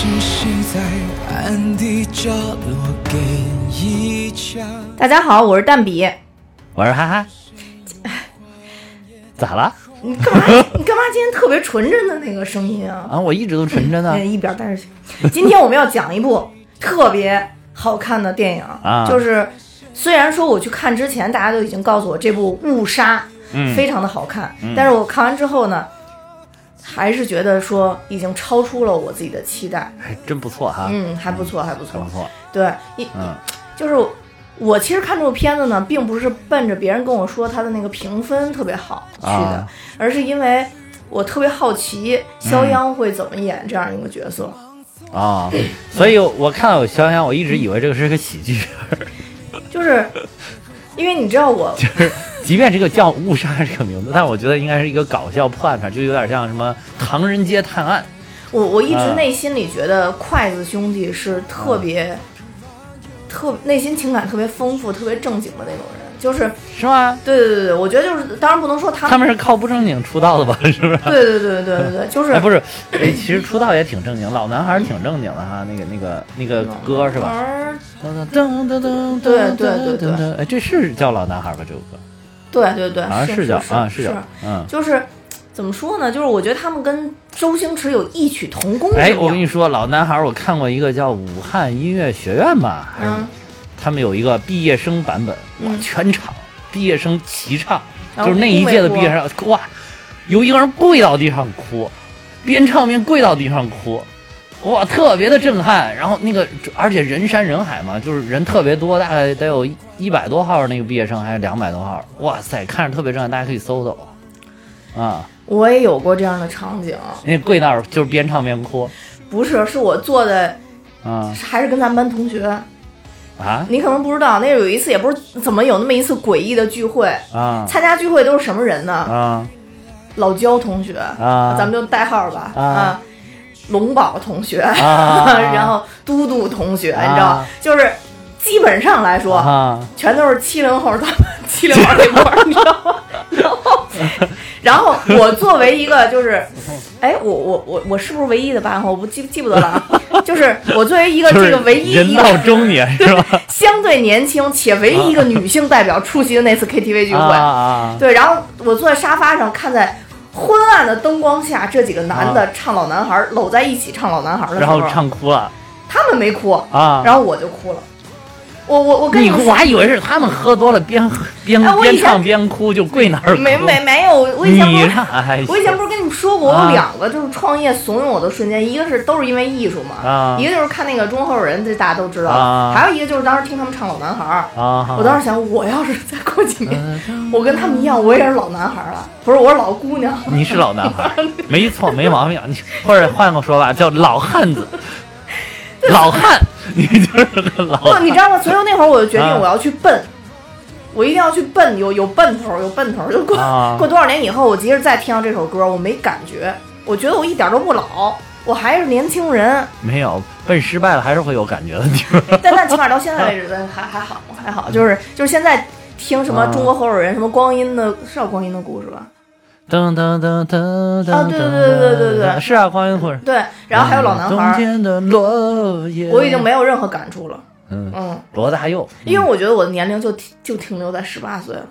大家好，我是蛋比， 我是哈哈。咋了？ 你干嘛今天特别纯真的那个声音啊？ 我一直都纯真的。 一边待着去。今天我们要讲一部特别好看的电影，就是虽然说我去看之前，大家都已经告诉我这部《误杀》非常的好看，但是我看完之后呢，还是觉得说已经超出了我自己的期待。 还真不错哈。 还不错，还不错。 对， 就是我其实看这部片子呢，并不是奔着别人跟我说他的那个评分特别好去的，而是因为我特别好奇肖央会怎么演这样一个角色所以我看到有肖央，我一直以为这个是个喜剧， 就是因为你知道我就是即便这个叫误杀这个名字，但我觉得应该是一个搞笑破案片，就有点像什么唐人街探案。 我一直内心里觉得筷子兄弟是特别内心情感特别丰富、特别正经的那种人， 是吗？ 对，我觉得就是当然不能说他们是靠不正经出道的吧？是不是？ 对，就是不是，其实出道也挺正经，老男孩挺正经的哈，那个歌是吧？对，这是叫老男孩吧？这首歌？对，好像是叫是叫， 就是怎么说呢？就是我觉得他们跟周星驰有异曲同工。 我跟你说，老男孩，我看过一个叫武汉音乐学院吧，还是他们有一个毕业生版本，哇，全场毕业生齐唱，就是那一届的毕业生，哇，有一个人跪到地上哭，边唱边跪到地上哭，哇，特别的震撼。然后而且人山人海嘛，就是人特别多，大概得有100多号那个毕业生，还是200多号，哇塞，看着特别震撼，大家可以搜搜我也有过这样的场景， 那跪那儿就是边唱边哭。 不是我做的还是跟咱们班同学你可能不知道，那有一次也不是怎么有那么一次诡异的聚会参加聚会都是什么人呢老焦同学咱们就代号吧龙宝同学然后嘟嘟同学你知道就是基本上来说全都是70后咱们70后那波你知道吗然后我作为一个就是我是不是唯一的8号我不记不得了就是我作为一个这个唯一人到中年是吧相对年轻且唯一一个女性代表出席的那次 KTV 聚会对，然后我坐在沙发上看在昏暗的灯光下这几个男的唱老男孩搂在一起唱老男孩的时候， 然后唱哭了， 他们没哭然后我就哭了。我跟你我还以为是他们喝多了边唱边哭就跪那儿哭。 没有，我以前不是跟你们说过，我有2个就是创业怂恿我的瞬间，一个是都是因为艺术嘛一个就是看那个中后人，这大家都知道还有一个就是当时听他们唱老男孩我当时想，我要是再过几年我跟他们一样，我也是老男孩了，不是我是老姑娘。 你是老男孩没错没毛病，或者换个说法叫老汉子老汉你就是个老汉你知道吗？所以那会儿我就决定我要去奔我一定要去奔有奔头就过多少年以后我即使再听到这首歌我没感觉，我觉得我一点都不老，我还是年轻人。没有奔失败了还是会有感觉的但起码到现在为止还好就是现在听什么中国合伙人什么光阴的是叫光阴的故事吧噔对，是光阴故事。 对，然后还有老男孩。 冬天的落叶， 我已经没有任何感触了。 罗大佑， 因为我觉得我的年龄就停留在18岁了。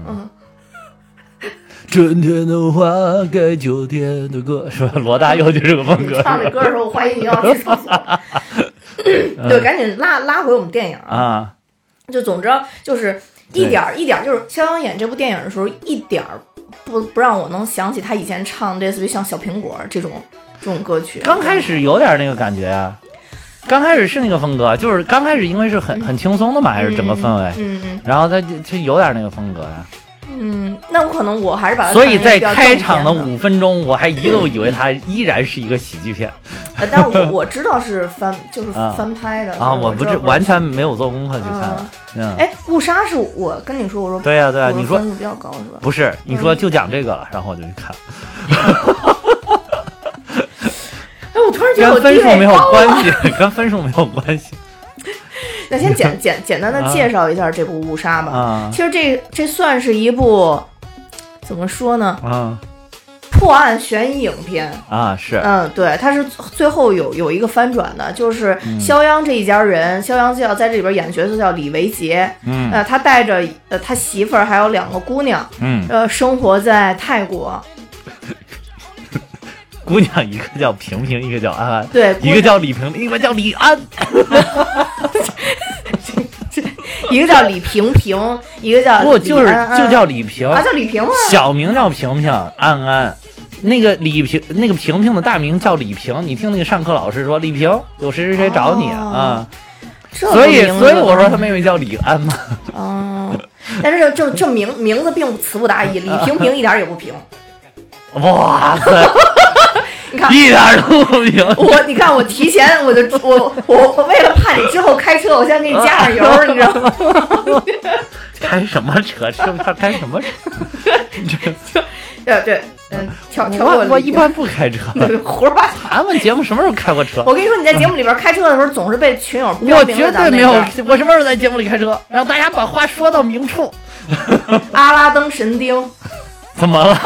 春天的花该秋天的歌，是吧？罗大佑就这个风格。 唱这歌的时候，我怀疑你要去厕所。对，赶紧拉回我们电影就总之就是一点就是肖央演这部电影的时候，一点不让我能想起他以前唱类似于像小苹果这种歌曲。 刚开始有点那个感觉刚开始是那个风格，就是刚开始因为是很轻松的嘛，还是整个氛围然后他就有点那个风格那我可能我还是把它所以在开场的5分钟我还一度以为它依然是一个喜剧片但我知道是翻拍的我不是完全没有做功课去看误杀是我跟你说我说对啊你说分数比较高是吧？ 不是你说就讲这个了然后我就去看我突然觉得跟分数没有关系跟分数没有关系那先简单的介绍一下这部误杀吧其实这算是一部怎么说呢破案悬疑影片啊，是， 对，它是最后有一个翻转的，就是肖央这一家人，肖央在这里边演的角色叫李维杰，他带着他媳妇儿还有2个姑娘，生活在泰国。 姑娘一个叫平平，一个叫安安， 对， 一个叫李平，一个叫李安。 一个叫李平平，一个叫不就叫李平啊，叫李平啊， 小名叫平平，安安。那个平平的大名叫李平，你听那个上课老师说李平有谁谁谁找你啊，所以我说他妹妹叫李安嘛。 但是这名字并词不达意，李平平一点也不平。 哇塞！ 你看一点都不平。 你看我提前我为了怕你之后开车，我先给你加上油，你知道吗？ 开什么车？是不是开什么车？ 对， 我一般不开车， 胡说八道。 咱们节目什么时候开过车？ 我跟你说，你在节目里边开车的时候，总是被群友我绝对没有，我什么时候在节目里开车？让大家把话说到明处。 阿拉登神丁， 怎么了？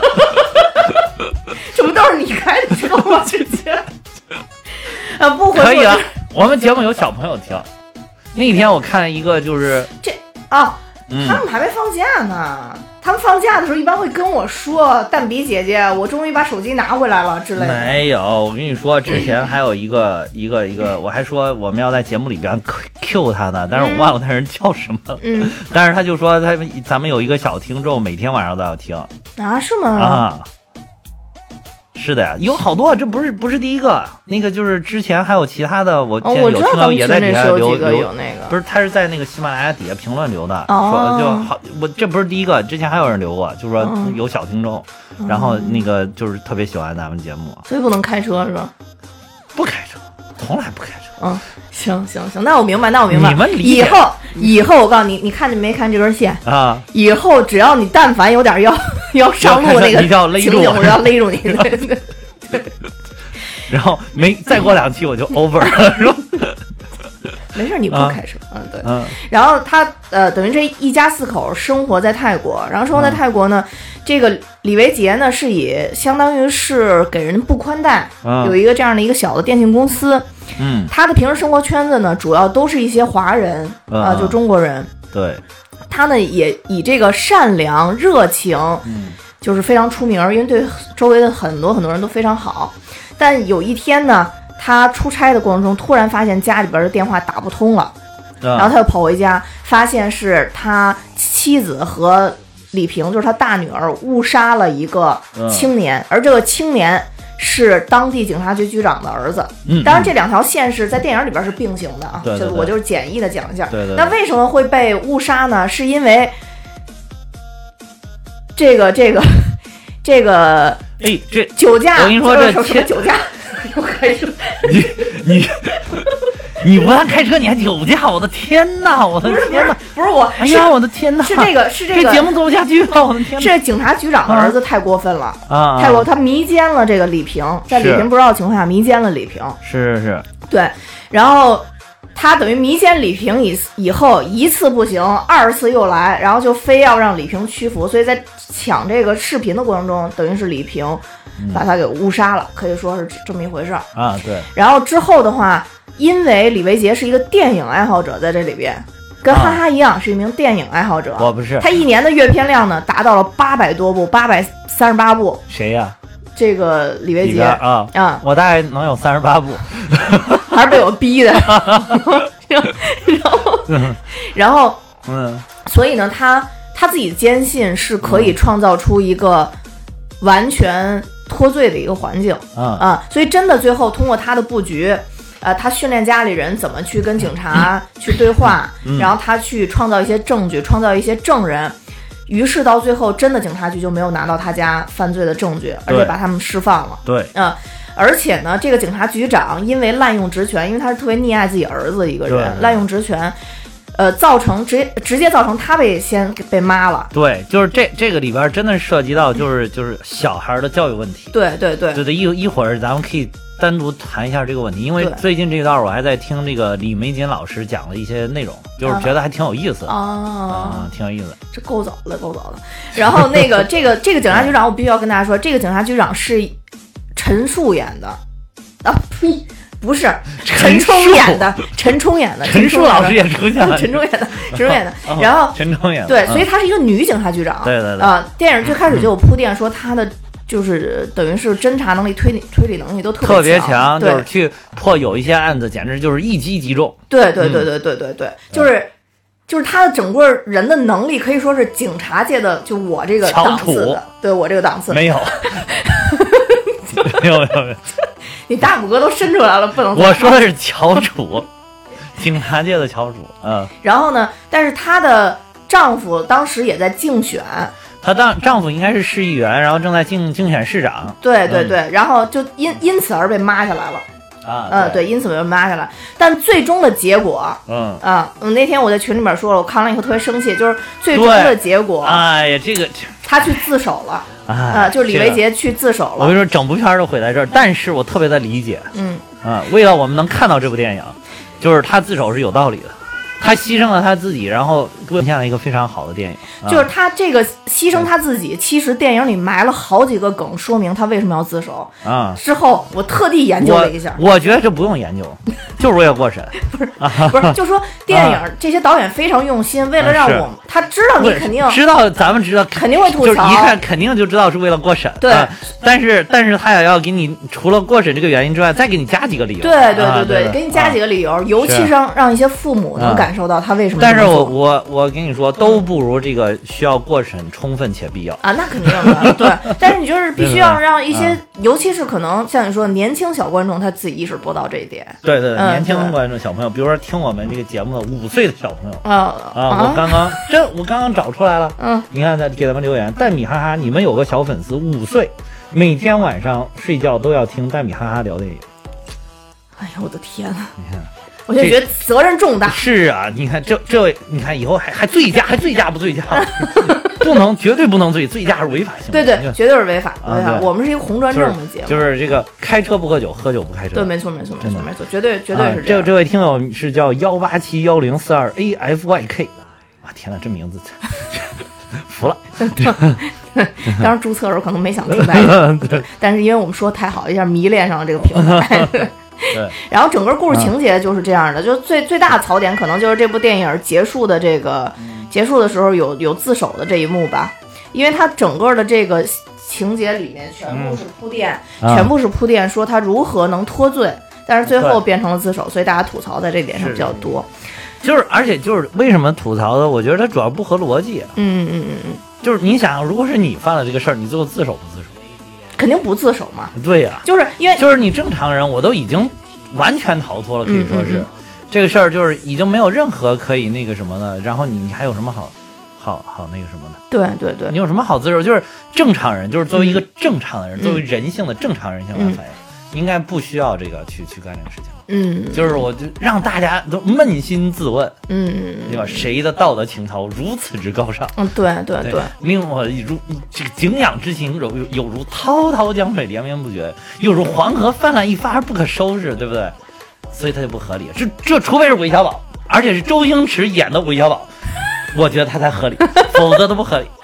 这不都是你开的车吗？之前不回可以了。我们节目有小朋友听。那天我看一个就是他们还没放假呢。他们放假的时候一般会跟我说：“蛋比姐姐，我终于把手机拿回来了。”之类的。 没有，我跟你说，之前还有一个，我还说我们要在节目里边 Q 他呢，但是我忘了他人叫什么。但是他就说咱们有一个小听众，每天晚上都要听啊？是吗？ 啊。是的呀，有好多，这不是第一个，那个就是之前还有其他的，我见有听到也在底下留，不是他是在那个喜马拉雅底下评论留的，说就好，我这不是第一个，之前还有人留过，就说有小听众，然后那个就是特别喜欢咱们节目， 所以不能开车是吧？ 不开车，从来不开车。 行，那我明白， 你们以后我告诉你，你看见没看这根线啊？ 以后只要你但凡有点要上路那个你就要勒住我， 我要勒住你。对。 然后再过2期我就 over 了，是吧？ 没事，你不开车，对。然后他等于这一家4口生活在泰国，然后生活在泰国呢，这个李维杰呢是相当于是给人不宽待，有一个这样的一个小的电信公司。他的平时生活圈子呢，主要都是一些华人就中国人。 对。 他呢也以这个善良热情，就是非常出名，因为对周围的很多人都非常好。但有一天呢，他出差的过程中突然发现家里边的电话打不通了，然后他就跑回家，发现是他妻子和李平，就是他大女儿误杀了一个青年，而这个青年是当地警察局局长的儿子。当然这2条线是在电影里边是并行的啊，就是我就是简易的讲一下。那为什么会被误杀呢？是因为这个这酒驾， 我跟你说这什么酒驾？又开始你不但开车，你还酒驾！我的天哪！我的天哪！ 不是我， 哎呀，我的天哪！ 是这个， 这节目做不下去了！我的天哪！ 这警察局长的儿子太过分了啊！太过，他迷奸了这个李平，在李平不知道的情况下迷奸了李平。 是。 对，然后他等于迷奸李平以后1次不行，2次又来，然后就非要让李平屈服，所以在抢这个视频的过程中，等于是李平把他给误杀了，可以说是这么一回事啊。对。 然后之后的话，因为李维杰是一个电影爱好者，在这里边跟哈哈一样是一名电影爱好者。 我不是。 他1年的阅片量呢达到了800多部，838部。 谁呀？ 这个李维杰啊，我大概能有38部， 还是被我逼的。然后，所以呢，他自己坚信是可以创造出一个完全脱罪的一个环境所以真的最后通过他的布局。他训练家里人怎么去跟警察去对话，然后他去创造一些证据，创造一些证人，于是到最后真的警察局就没有拿到他家犯罪的证据，而且把他们释放了。 对， 而且呢，这个警察局长因为滥用职权，因为他是特别溺爱自己儿子的一个人，滥用职权，造成直接造成他先被骂了。 对，就是这个里边真的涉及到就是小孩的教育问题。 对， 一会儿咱们可以单独谈一下这个问题，因为最近这一段我还在听这个李玫瑾老师讲的一些内容，就是觉得还挺有意思挺有意思。 这够早了。然后那个这个警察局长，我必须要跟大家说，这个警察局长是陈数演的啊，呸。不是陈冲演的，陈数老师也出现了， 陈冲演的，然后陈冲演的， 对，所以她是一个女警察局长， 对电影最开始就有铺垫说她的就是等于是侦查能力、推理能力都特别强，就是去破有一些案子，简直就是一击即中。 对，就是她的整个人的能力可以说是警察界的，就我这个档次的，对我这个档次没有，没有。 你大拇哥都伸出来了，不能。 我说的是翘楚，警察界的翘楚。 然后呢？但是她的丈夫当时也在竞选， 她丈夫应该是市议员，然后正在竞选市长。 对，然后就因此而被抹下来了。对，因此被抹下来。但最终的结果，那天我在群里面说了，我看了以后特别生气，就是最终的结果， 哎呀，这个他去自首了。就是李维杰去自首了。 我跟你说，整部片都毁在这儿。但是我特别的理解，为了我们能看到这部电影，就是他自首是有道理的。他牺牲了他自己，然后贡献了一个非常好的电影。 就是他这个牺牲他自己，其实电影里埋了好几个梗，说明他为什么要自首。之后我特地研究了一下， 我觉得这不用研究，就是为了过审。 不是，就说电影这些导演非常用心，为了让我们他知道你肯定知道，咱们知道肯定会吐槽， 就是一看肯定就知道是为了过审。 对， 但是他也要给你除了过审这个原因之外，再给你加几个理由。 对，给你加几个理由，尤其是让一些父母能感受到他为什么。 但是我跟你说，都不如这个需要过审充分且必要啊，那肯定的。对，但是你就是必须要让一些，尤其是可能像你说年轻小观众，他自己意识不到这一点。 对，年轻观众小朋友，比如说听我们这个节目的5岁的小朋友我刚刚找出来了。你看给咱们留言，蛋米哈哈，你们有个小粉丝5岁，每天晚上睡觉都要听蛋米哈哈聊电影。 哎呀，我的天哪！你看。我就觉得责任重大。 是啊，你看这位，你看以后还醉驾，还醉驾不醉驾？绝对不能醉驾是违法行为。 对，绝对是违法。我们是一个红专政的节目， 就是这个开车不喝酒，喝酒不开车。 对，没错，绝对是这样。 这位听友是叫1871042AFYK， 啊，天哪，这名字服了。 当时注册的时候可能没想明白，但是因为我们说太好，一下迷恋上了这个平台。 对， 然后整个故事情节就是这样的，就最大的槽点可能就是这部电影结束的时候有自首的这一幕吧，因为它整个的这个情节里面全部是铺垫，说他如何能脱罪，但是最后变成了自首，所以大家吐槽在这点上比较多。 而且就是为什么吐槽的？我觉得它主要不合逻辑。就是你想，如果是你犯了这个事儿，你最后自首不自首？ 肯定不自首嘛。 对呀， 就是因为就是你正常人，我都已经完全逃脱了，可以说是这个事儿就是已经没有任何可以那个什么的，然后你还有什么好那个什么的？ 对， 你有什么好自首？就是正常人，就是作为一个正常的人，作为人性的正常人性来反应，应该不需要这个去干这个事情。就是我就让大家都扪心自问，对吧？谁的道德情操如此之高尚？ 对， 令我这个敬仰之情有如滔滔江水连绵不绝，又如黄河泛滥一发而不可收拾，对不对？所以它就不合理。这除非是韦小宝，而且是周星驰演的韦小宝，我觉得他才合理，否则都不合理。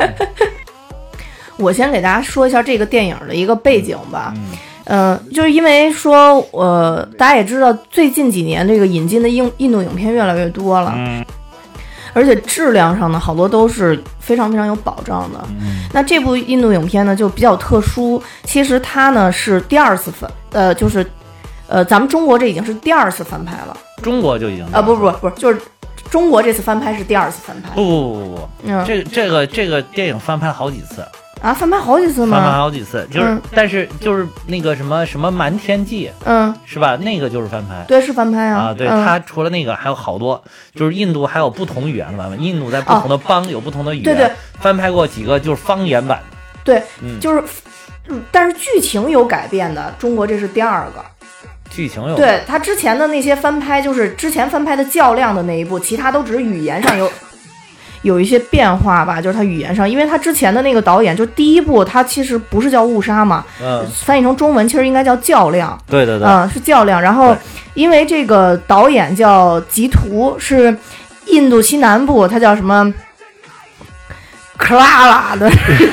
我先给大家说一下这个电影的一个背景吧。就是因为说，大家也知道，最近几年这个引进的印度影片越来越多了，而且质量上呢，好多都是非常非常有保障的。那这部印度影片呢，就比较特殊，其实它呢是第2次翻，就是咱们中国这已经是第2次翻拍了。 中国就已经不，就是中国这次翻拍是第2次翻拍。 不，这个电影翻拍了好几次。 啊，翻拍好几次吗？ 翻拍好几次，就是，但是就是那个什么瞒天记，是吧？那个就是翻拍， 对，是翻拍啊。 对，它除了那个还有好多，就是印度还有不同语言的版本，印度在不同的邦有不同的语言， 对， 翻拍过几个就是方言版的， 对，就是，但是剧情有改变的，中国这是第2个。 剧情有对他之前的那些翻拍，就是之前翻拍的较量的那一部，其他都只是语言上有一些变化吧，就是他语言上，因为他之前的那个导演就第一部他其实不是叫误杀嘛，翻译成中文其实应该叫较量， 对对对， 是较量。然后因为这个导演叫吉图，是印度西南部，他叫什么克拉拉的，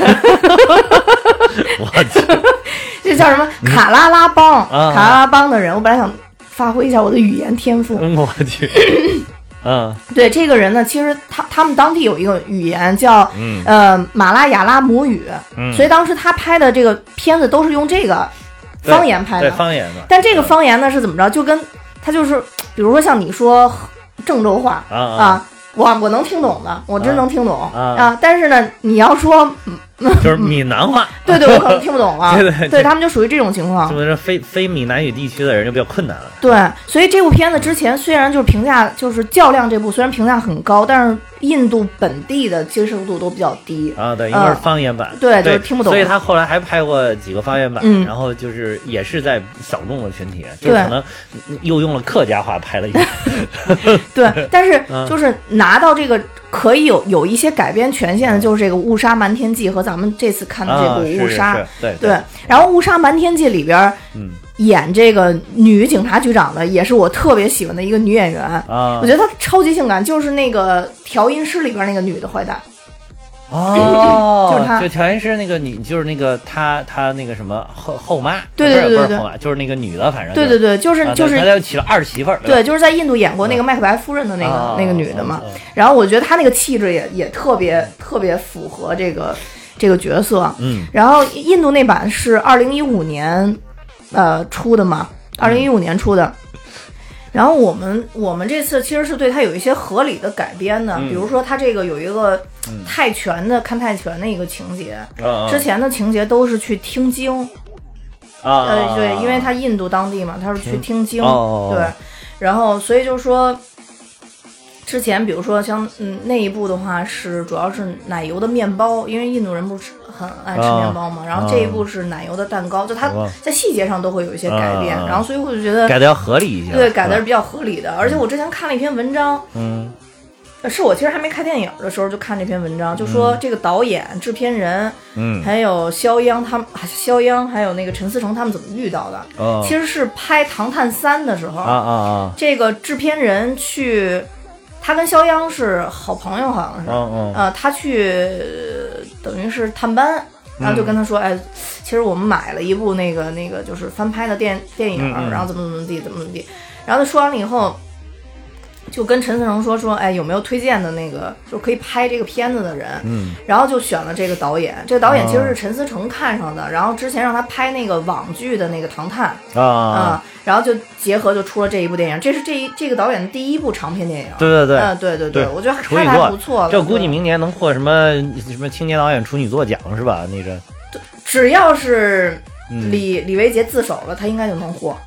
我去， 这叫什么卡拉拉邦，卡拉拉邦的人，我本来想发挥一下我的语言天赋， 我去。 对，这个人呢，其实他们当地有一个语言叫马拉雅拉母语，所以当时他拍的这个片子都是用这个方言拍的， 对方言的。 但这个方言呢是怎么着？就跟他就是，比如说像你说郑州话我能听懂的，我真能听懂但是呢，你要说就是闽南话， 对，我可能听不懂了。对，他们就属于这种情况。 就是非闽南语地区的人就比较困难了。 对，所以这部片子之前虽然就是评价就是较量这部虽然评价很高，但是印度本地的接受度都比较低对，因为是方言版， 对，就是听不懂。 所以他后来还拍过几个方言版，然后就是也是在小众的群体，就是可能又用了客家话拍了一个。 对，但是就是拿到这个可以有一些改编权限的，就是这个《误杀瞒天记》和咱们这次看的这部《误杀》，对。然后《误杀瞒天记》里边，演这个女警察局长的也是我特别喜欢的一个女演员我觉得她超级性感，就是那个调音师里边那个女的坏蛋。就是她， 就调音师那个女，就是那个她那个什么后妈， 对， 不是后妈，就是那个女的，反正对，就是她就起了儿媳妇儿， 对，就是在印度演过那个麦克白夫人的那个女的嘛。然后我觉得她那个气质也特别符合这个角色。然后印度那版是2015年出的嘛，2015年出的。然后我们这次其实是对它有一些合理的改编的，比如说它这个有一个泰拳的看泰拳的一个情节，之前的情节都是去听经对，因为它印度当地嘛，它是去听经对，然后所以就是说之前比如说像那一部的话是主要是奶油的面包，因为印度人不是很爱吃面包嘛，然后这一部是奶油的蛋糕，就它在细节上都会有一些改变，然后所以我就觉得改的要合理一些， 对，改的是比较合理的。而且我之前看了一篇文章，是我其实还没看电影的时候就看这篇文章，就说这个导演、制片人，还有肖央还有那个陈思诚他们怎么遇到的？其实是拍《唐探3》的时候，这个制片人去。他跟肖央是好朋友，好像是，他去等于是探班，然后就跟他说，其实我们买了一部那个就是翻拍的电影，然后怎么地，然后他说完了以后，就跟陈思诚说，有没有推荐的那个就可以拍这个片子的人，然后就选了这个导演。这个导演其实是陈思诚看上的，然后之前让他拍那个网剧的那个《唐探》然后就结合就出了这一部电影，这是这个导演的第一部长篇电影。 对， 对，我觉得拍的还不错了。 这估计明年能获什么青年导演处女作奖是吧？那个只要是李维杰自首了，他应该就能获。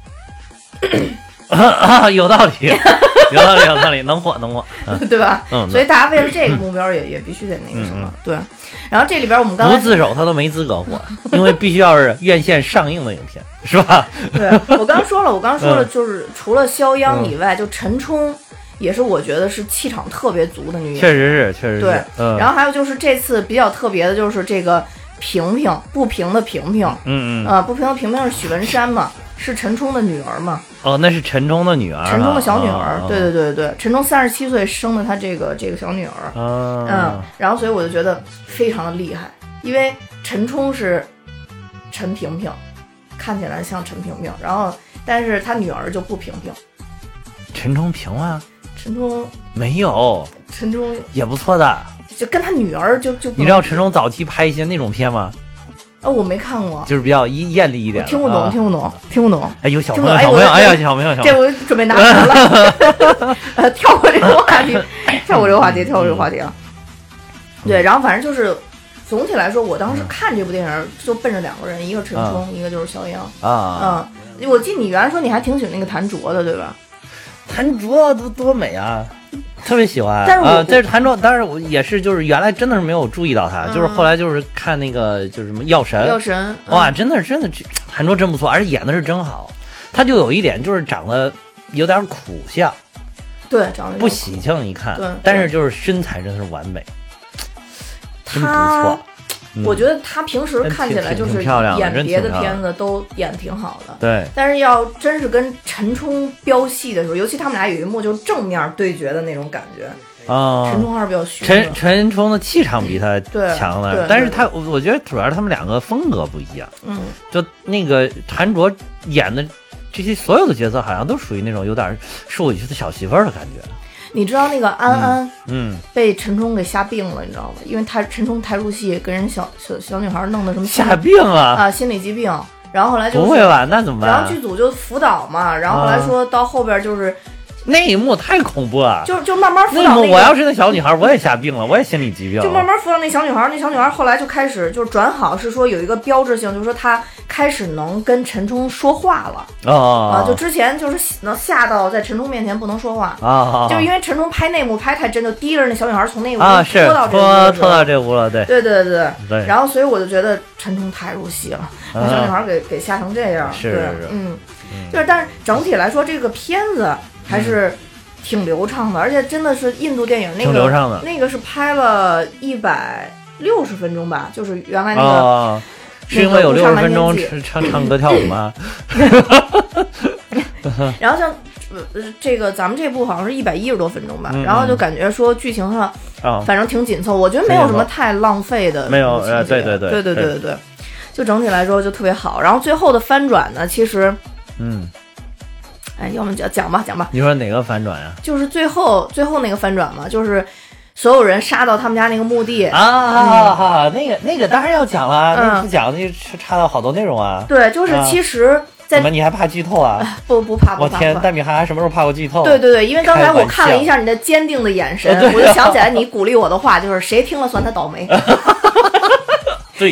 有道理，能获， 对吧？所以大家为了这个目标也必须得那个什么，对。然后这里边我们刚才不自首他都没资格获，因为必须要是院线上映的影片，是吧？ 对，我刚说了，就是除了肖央以外，就陈冲也是我觉得是气场特别足的女演员， 确实是， 对。然后还有就是这次比较特别的就是这个不平的平平，不平的平平是许文山嘛。是陈冲的女儿嘛？ 那是陈冲的女儿， 陈冲的小女儿。对，陈冲37岁生的他这个小女儿。然后所以我就觉得非常的厉害，因为陈冲是陈萍萍，看起来像陈萍萍，然后但是他女儿就不平平。 陈冲平啊？ 陈冲没有， 陈冲也不错的， 就跟他女儿就你知道陈冲早期拍一些那种片吗？ 我没看过， 就是比较艳丽一点， 听不懂。 有小朋友，小朋友， 这我准备拿出了。跳过这个话题啊。对，然后反正就是总体来说，我当时看这部电影就奔着两个人，一个陈冲，一个就是肖央我记得你原来说你还挺喜欢那个谭卓的，对吧？ 谭卓多美啊！特别喜欢，这是谭卓，当然我也是，就是原来真的是没有注意到他，就是后来就是看那个就是什么药神，哇，真的谭卓真不错，而且演的是真好。他就有一点就是长得有点苦相， 对，长得不喜庆一看， 对， 但是就是身材真的是完美，真不错。 我觉得他平时看起来就是演别的片子都演挺好的， 对。 但是要真是跟陈冲飙戏的时候，尤其他们俩有一幕就正面对决的那种感觉。陈冲还是比较虚。 陈冲的气场比他强了，但是我觉得主要是他们两个风格不一样。就那个谭卓演的这些所有的角色，好像都属于那种有点受委屈的小媳妇儿的感觉。 你知道那个安安，被陈冲给吓病了，你知道吗？因为陈冲太入戏，跟人小女孩弄的什么吓病啊心理疾病，然后后来就不会吧？那怎么办？ 然后剧组就辅导嘛，然后后来说到后边就是。 那一幕太恐怖了， 就慢慢辅导那一幕，我要是那小女孩，我也吓病了，我也心理疾病。 就慢慢辅导那小女孩，那小女孩后来就开始就是转好，是说有一个标志性，就是说她开始能跟陈冲说话了。就之前就是能吓到在陈冲面前不能说话就因为陈冲拍内幕拍太真，就提着那小女孩从那屋拖到这屋了，对。 然后所以我就觉得陈冲太入戏了，把小女孩给吓成这样。 是， 就是但是整体来说这个片子。还是挺流畅的，而且真的是印度电影那个是拍了160分钟吧，就是原来那个是因为有60分钟唱歌跳舞吗？ 然后像这个咱们这部好像是110多分钟吧，然后就感觉说剧情上反正挺紧凑，我觉得没有什么太浪费的， 没有对，就整体来说就特别好。然后最后的翻转呢，其实要么讲吧。 你说哪个反转呀？ 就是最后那个反转嘛，就是所有人杀到他们家那个墓地那个当然要讲了，那不讲那插到好多内容啊。 对，就是其实怎么你还怕剧透啊？ 不怕。 我天，戴米涵什么时候怕过剧透？ 对，因为刚才我看了一下你的坚定的眼神，我就想起来你鼓励我的话，就是谁听了算他倒霉。 对。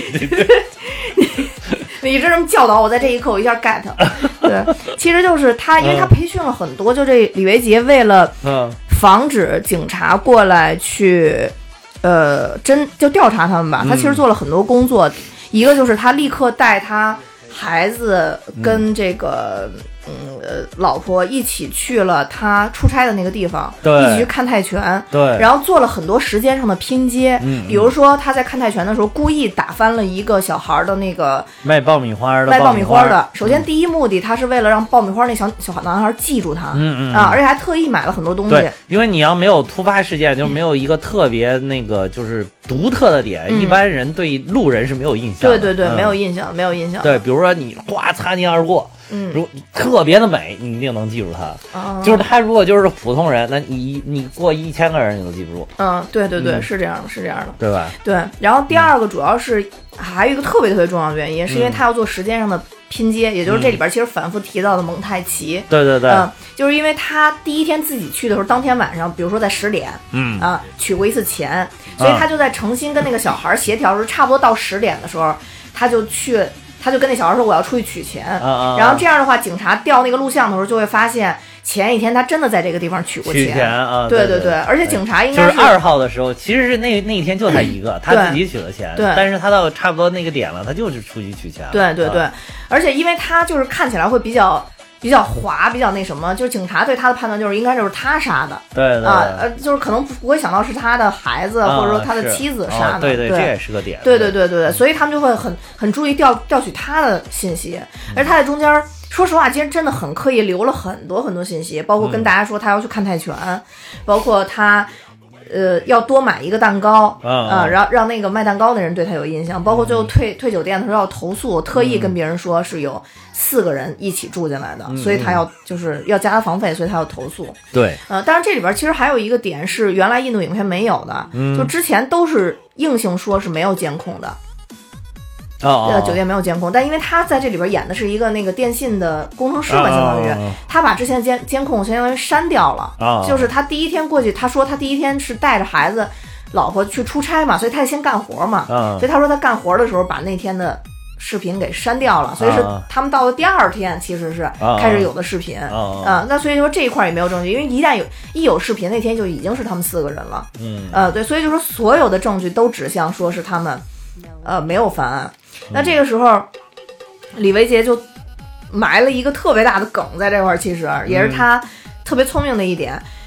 你这么教导我，在这一刻我一下 get。对，其实就是他，因为他培训了很多，就这李维杰为了防止警察过来去就调查他们吧，他其实做了很多工作。一个就是他立刻带他孩子跟这个老婆一起去了他出差的那个地方，一起去看泰拳， 对， 然后做了很多时间上的拼接，比如说他在看泰拳的时候故意打翻了一个小孩的那个卖爆米花的。首先第一目的他是为了让爆米花那小男孩记住他，而且还特意买了很多东西。 对，因为你要没有突发事件，就没有一个特别那个就是独特的点，一般人对路人是没有印象的。 对，没有印象。 对，比如说你哗擦肩而过。如特别的美，你一定能记住他。就是他如果就是普通人，那你过1000个人你都记不住。 对，是这样的， 对吧？ 对。然后第二个主要是还有一个特别重要的原因，是因为他要做时间上的拼接，也就是这里边其实反复提到的蒙太奇。 对， 就是因为他第一天自己去的时候，当天晚上，比如说在10点，取过一次钱，所以他就在诚心跟那个小孩协调，说差不多到10点的时候，他就跟那小孩说我要出去取钱，然后这样的话，警察调那个录像的时候就会发现前一天他真的在这个地方取过钱啊。 对，而且警察应该就是2号的时候，其实是那一天就他一个，他自己取了钱， 对， 但是他到差不多那个点了，他就是出去取钱了。 对，而且因为他就是看起来会比较滑，比较那什么，就是警察对他的判断就是应该就是他杀的， 对就是可能不会想到是他的孩子或者说他的妻子杀的， 对，这也是个点， 对，所以他们就会很注意调取他的信息，而他在中间说实话，其实真的很刻意留了很多信息，包括跟大家说他要去看泰拳，包括他要多买一个蛋糕让那个卖蛋糕的人对他有印象，包括最后退酒店的时候要投诉，特意跟别人说是有4个人一起住进来的，所以他就是要加他房费，所以他要投诉。 对， 当然这里边其实还有一个点是原来印度影片没有的，就之前都是硬性说是没有监控的。酒店没有监控，但因为他在这里边演的是一个那个电信的工程师嘛，相当于他把之前监控相当于删掉了。就是他第一天过去，他说他第一天是带着孩子、老婆去出差嘛，所以他得先干活嘛。所以他说他干活的时候把那天的视频给删掉了，所以是他们到了第2天其实是开始有的视频。那所以说这一块也没有证据，因为一旦有视频，那天就已经是他们4个人了。对，所以就说所有的证据都指向说是他们没有犯案。那这个时候李维杰就埋了一个特别大的梗在这块，其实也是他特别聪明的一点，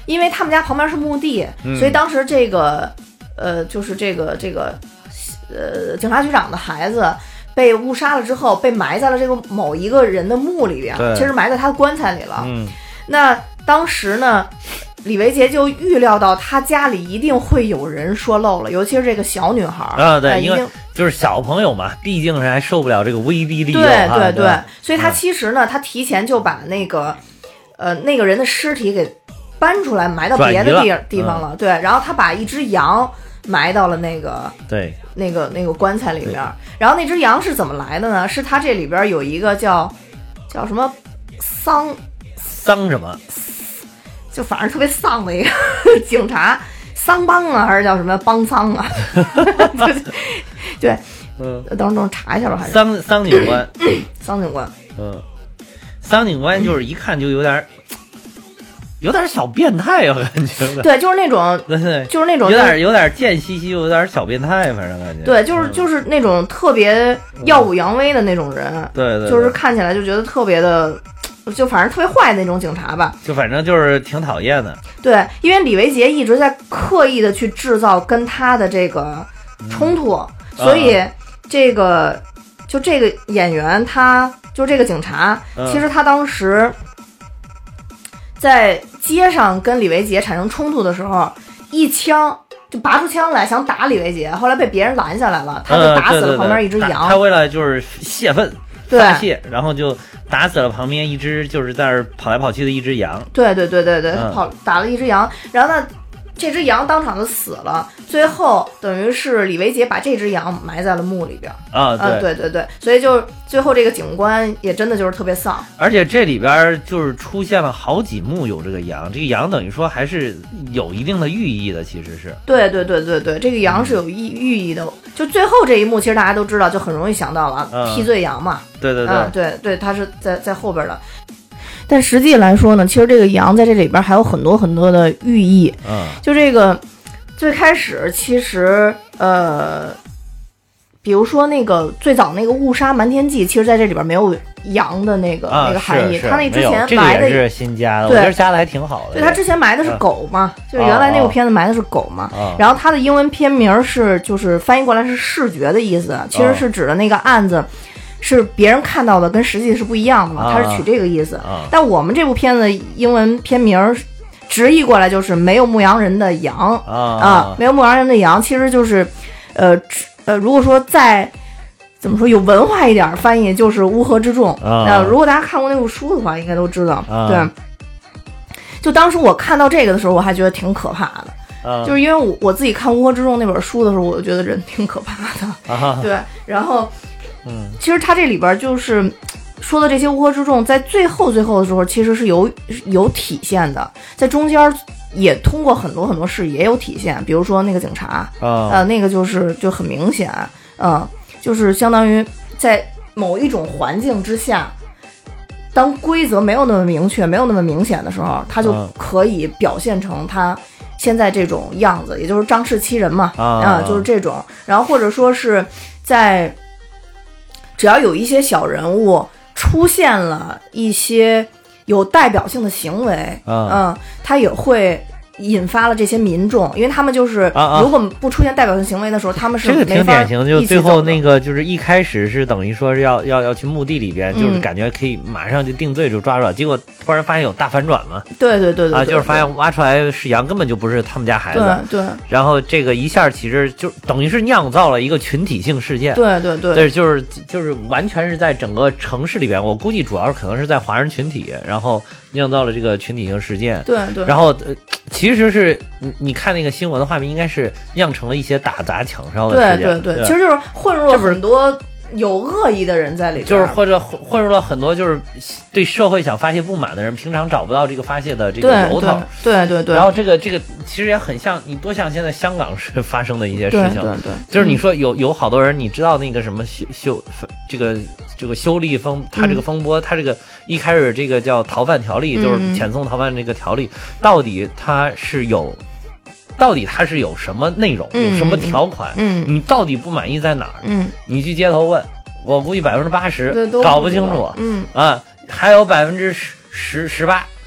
因为他们家旁边是墓地，所以当时这个就是这个警察局长的孩子被误杀了之后，被埋在了这个某一个人的墓里边，其实埋在他的棺材里了。那当时呢，李维杰就预料到他家里一定会有人说漏了，尤其是这个小女孩对，因为就是小朋友嘛，毕竟是还受不了这个威逼利诱。 对，所以他其实呢，他提前就把那个人的尸体给搬出来，埋到别的地方了。对，然后他把一只羊埋到了那个棺材里边，然后那只羊是怎么来的呢？是他这里边有一个叫什么丧什么， 就反正特别丧的一个警察，桑帮啊，还是叫什么帮桑啊？对，等会查一下吧，还是桑警官， 桑警官， 桑警官就是一看就有点小变态啊，感觉。 对，就是那种，就是那种有点贱兮兮，有点小变态，反正感觉。 对，就是那种特别耀武扬威的那种人。 对， 就是看起来就觉得特别的，就反正特别坏的那种警察吧。 就反正就是挺讨厌的。 对，因为李维杰一直在刻意的去制造跟他的这个冲突，所以这个演员他就这个警察，其实他当时在街上跟李维杰产生冲突的时候，一枪就拔出枪来想打李维杰，后来被别人拦下来了，他就打死了旁边一只羊。 他为了就是泄愤发泄，然后就打死了旁边一只就是在那跑来跑去的一只羊。对，打了一只羊，然后呢这只羊当场就死了，最后等于是李维杰把这只羊埋在了墓里边对，所以就最后这个警官也真的就是特别丧，而且这里边就是出现了好几幕有这个羊，这个羊等于说还是有一定的寓意的，其实是对，这个羊是有寓意的，就最后这一幕其实大家都知道，就很容易想到了替罪羊嘛，对，它是在后边的。但实际来说呢，其实这个羊在这里边还有很多很多的寓意。就这个最开始其实比如说那个最早那个误杀瞒天记，其实在这里边没有羊的那个含义，他那之前埋的是新加的，我觉得加的还挺好的。 对，他之前埋的是狗嘛，就是原来那部片子埋的是狗嘛。然后他的英文片名就是翻译过来是视觉的意思，其实是指的那个案子是别人看到的跟实际是不一样的嘛，它是取这个意思。但我们这部片子英文片名直译过来就是没有牧羊人的羊没有牧羊人的羊，其实就是如果说再怎么说有文化一点翻译就是乌合之众。如果大家看过那部书的话应该都知道。对，就当时我看到这个的时候我还觉得挺可怕的。就是因为我自己看乌合之众那本书的时候我就觉得人挺可怕的。对，然后其实他这里边就是说的这些乌合之众在最后的时候其实是有体现的，在中间也通过很多很多事也有体现，比如说那个警察那个就很明显就是相当于在某一种环境之下，当规则没有那么明确没有那么明显的时候，他就可以表现成他现在这种样子，也就是仗势欺人嘛就是这种。然后或者说是在只要有一些小人物出现了一些有代表性的行为他也会引发了这些民众，因为他们就是如果不出现代表性行为的时候他们是这个挺典型，就最后那个就是一开始是等于说是要去墓地里边就是感觉可以马上就定罪就抓住了，结果突然发现有大反转嘛。 对就是发现挖出来是羊根本就不是他们家孩子。 对， 然后这个一下其实就等于是酿造了一个群体性事件。 对， 就是完全是在整个城市里边，我估计主要可能是在华人群体，然后酿造了这个群体性事件。 对， 然后其实是你看那个新闻的画面，应该是酿成了一些打砸抢烧的事件。 对，其实就是混入了很多有恶意的人在里边， 就是或者混入了很多就是对社会想发泄不满的人，平常找不到这个发泄的这个由头。对。然后这个其实也很像，你多像现在香港是发生的一些事情。 对， 就是你说有好多人，你知道那个什么这个修例他这个风波，他这个一开始这个叫逃犯条例，就是遣送逃犯这个条例，到底它是有什么内容，有什么条款？你到底不满意在哪儿？你去街头问，我估计80%搞不清楚。还有18%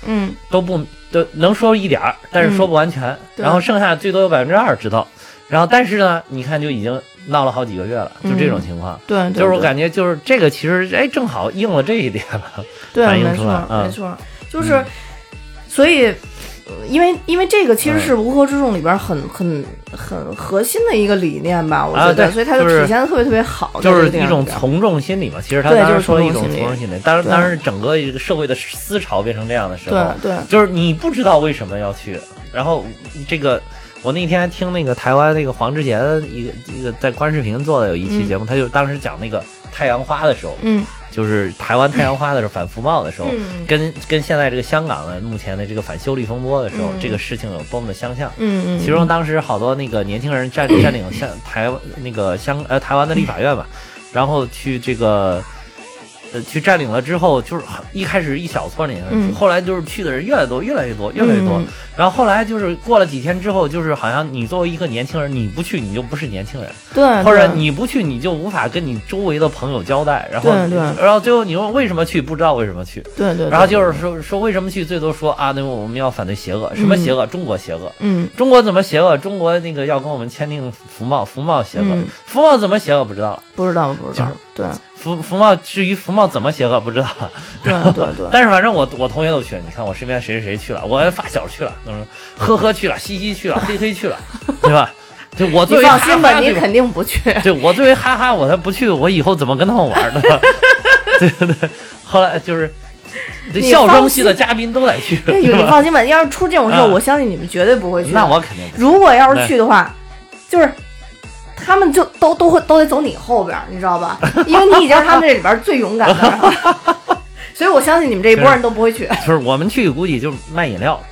都能说一点儿，但是说不完全，然后剩下最多有2%知道，然后但是呢，你看就已经闹了好几个月了，就这种情况。 对， 就是我感觉就是这个其实正好应了这一点了，反映出来。 没错，就是，所以。因为这个其实是乌合之众里边很核心的一个理念吧，我觉得，所以它就体现的特别特别好， 就是一种从众心理嘛。其实他当时说一种从众心理，当然整个一个社会的思潮变成这样的时候， 对， 就是你不知道为什么要去，然后这个我那天还听那个台湾那个黄志贤一个在观视频做的有一期节目，他就当时讲那个太阳花的时候，就是台湾太阳花的时候反服贸的时候，跟现在这个香港的目前的这个反修例风波的时候，这个事情有多么的相像。其中当时好多那个年轻人占领台湾的立法院嘛，然后去这个去占领了之后，就是一开始一小撮年轻人，后来就是去的人越来越多，然后后来就是过了几天之后，就是好像你作为一个年轻人，你不去你就不是年轻人， 对， 或者你不去你就无法跟你周围的朋友交代，然后最后你说为什么去，不知道为什么去， 对， 然后就是说为什么去，最多说啊，那我们要反对邪恶，什么邪恶？中国邪恶，中国怎么邪恶？中国那个要跟我们签订服贸邪恶，服贸怎么邪恶？不知道， 对。 服贸至于服贸怎么邪恶不知道， 对， 但是反正我同学都去了，你看我身边谁去了，我发小去了，呵去了，西去了，嘿去了，对吧？就我作为放心吧，你肯定不去。 对，我作为哈哈，我才不去，我以后怎么跟他们玩呢？对。后来就是这笑声系的嘉宾都得去。 你放心吧，要是出这种事，我相信你们绝对不会去。 那我肯定不去。 如果要是去的话，就是他们就都得走你后边，你知道吧？因为你已经是他们这里边最勇敢的，所以我相信你们这一波人都不会去。 就是我们去估计就是卖饮料，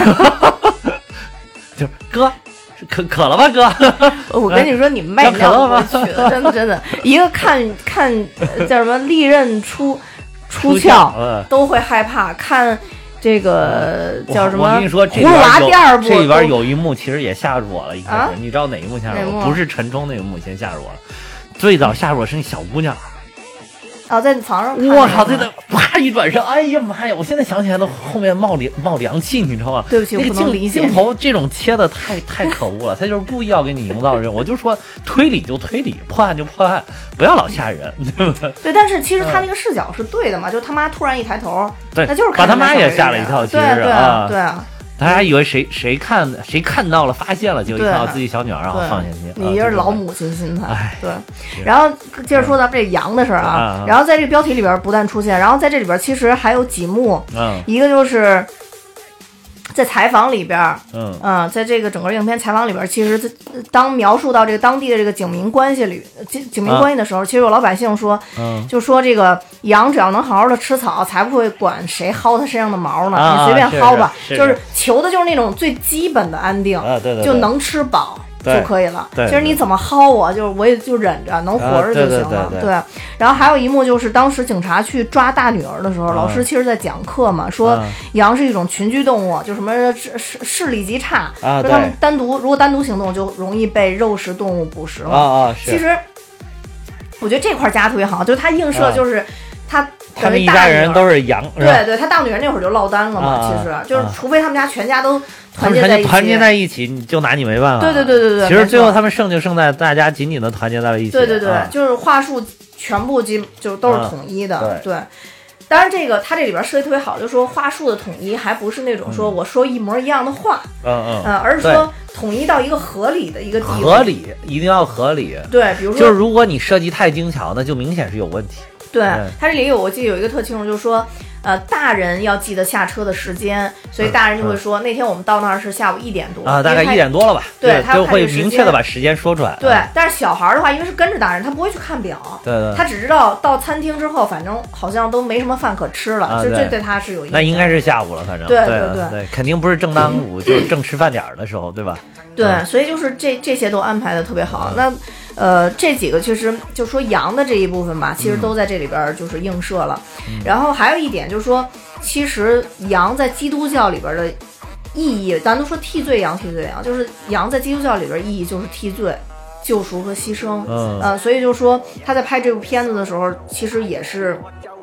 就是哥。渴了吧哥？ 我跟你说，你们卖饮料不会去的，真的，一个看叫什么利刃出鞘，都会害怕看。这个叫什么？ 我跟你说，葫芦娃第2部这里边有一幕其实也吓住我了。一开始，你知道哪一幕吓住我？不是陈冲那一幕先吓住我了，最早吓住我是那小姑娘。 在床上， 我靠，这啪一转身，哎呀妈呀！我现在想起来都后面冒凉气，你知道吗？ 对不起， 那个镜头这种切的太可恶了，他就是故意要给你营造这种。我就说推理就推理，破案就破案，不要老吓人，对不对？ 对，但是其实他那个视角是对的嘛，就他妈突然一抬头， 对， 那就是把他妈也吓了一跳，其实对啊。 大家以为谁看到了发现了，就看到自己小女儿然后放下去， 你是老母亲心态。对，然后接着说咱们这羊的事儿啊，然后在这个标题里边不但出现，然后在这里边其实还有几幕，一个就是在采访里边，在这个整个影片采访里边，其实当描述到这个当地的这个警民关系的时候，其实有老百姓说，就说这个羊只要能好好的吃草，才不会管谁薅它身上的毛呢，你随便薅吧，就是求的就是那种最基本的安定，就能吃饱就可以了。其实你怎么薅我也就忍着，能活着就行了。对。然后还有一幕就是当时警察去抓大女儿的时候，老师其实在讲课嘛，说羊是一种群居动物，就什么视力极差，说他们如果单独行动就容易被肉食动物捕食了。其实我觉得这块加特别好，就是他映射就是他们一家人都是羊， 对，他大女儿那会儿就落单了嘛，其实就是除非他们家全家都团结在一起，你就拿你没办法。 对。 其实最后他们胜就胜在大家紧紧的团结在了一起。 对，就是话术全部就都是统一的。对。当然，他这里边设计特别好，就说话术的统一还不是那种说我说一模一样的话，而是说统一到一个合理的一个地方。 合理，一定要合理。 对，比如说， 就是如果你设计太精巧，那就明显是有问题。 对，他这里我记得有一个特清楚，就是说，大人要记得下车的时间，所以大人就会说，那天我们到那儿是下午1点多啊，大概1点多了吧？ 对，他就会明确的把时间说出来。 对，但是小孩的话，因为是跟着大人，他不会去看表， 对， 他只知道到餐厅之后，反正好像都没什么饭可吃了，就这对他是有影响。 那应该是下午了，反正对，肯定不是正当午，就是正吃饭点的时候，对吧？ 对，所以就是这些都安排的特别好。那这几个其实就说羊的这一部分吧，其实都在这里边就是映射了。然后还有一点就是说，其实羊在基督教里边的意义，咱都说替罪羊，就是羊在基督教里边意义就是替罪、救赎和牺牲。所以就是说他在拍这部片子的时候，其实也是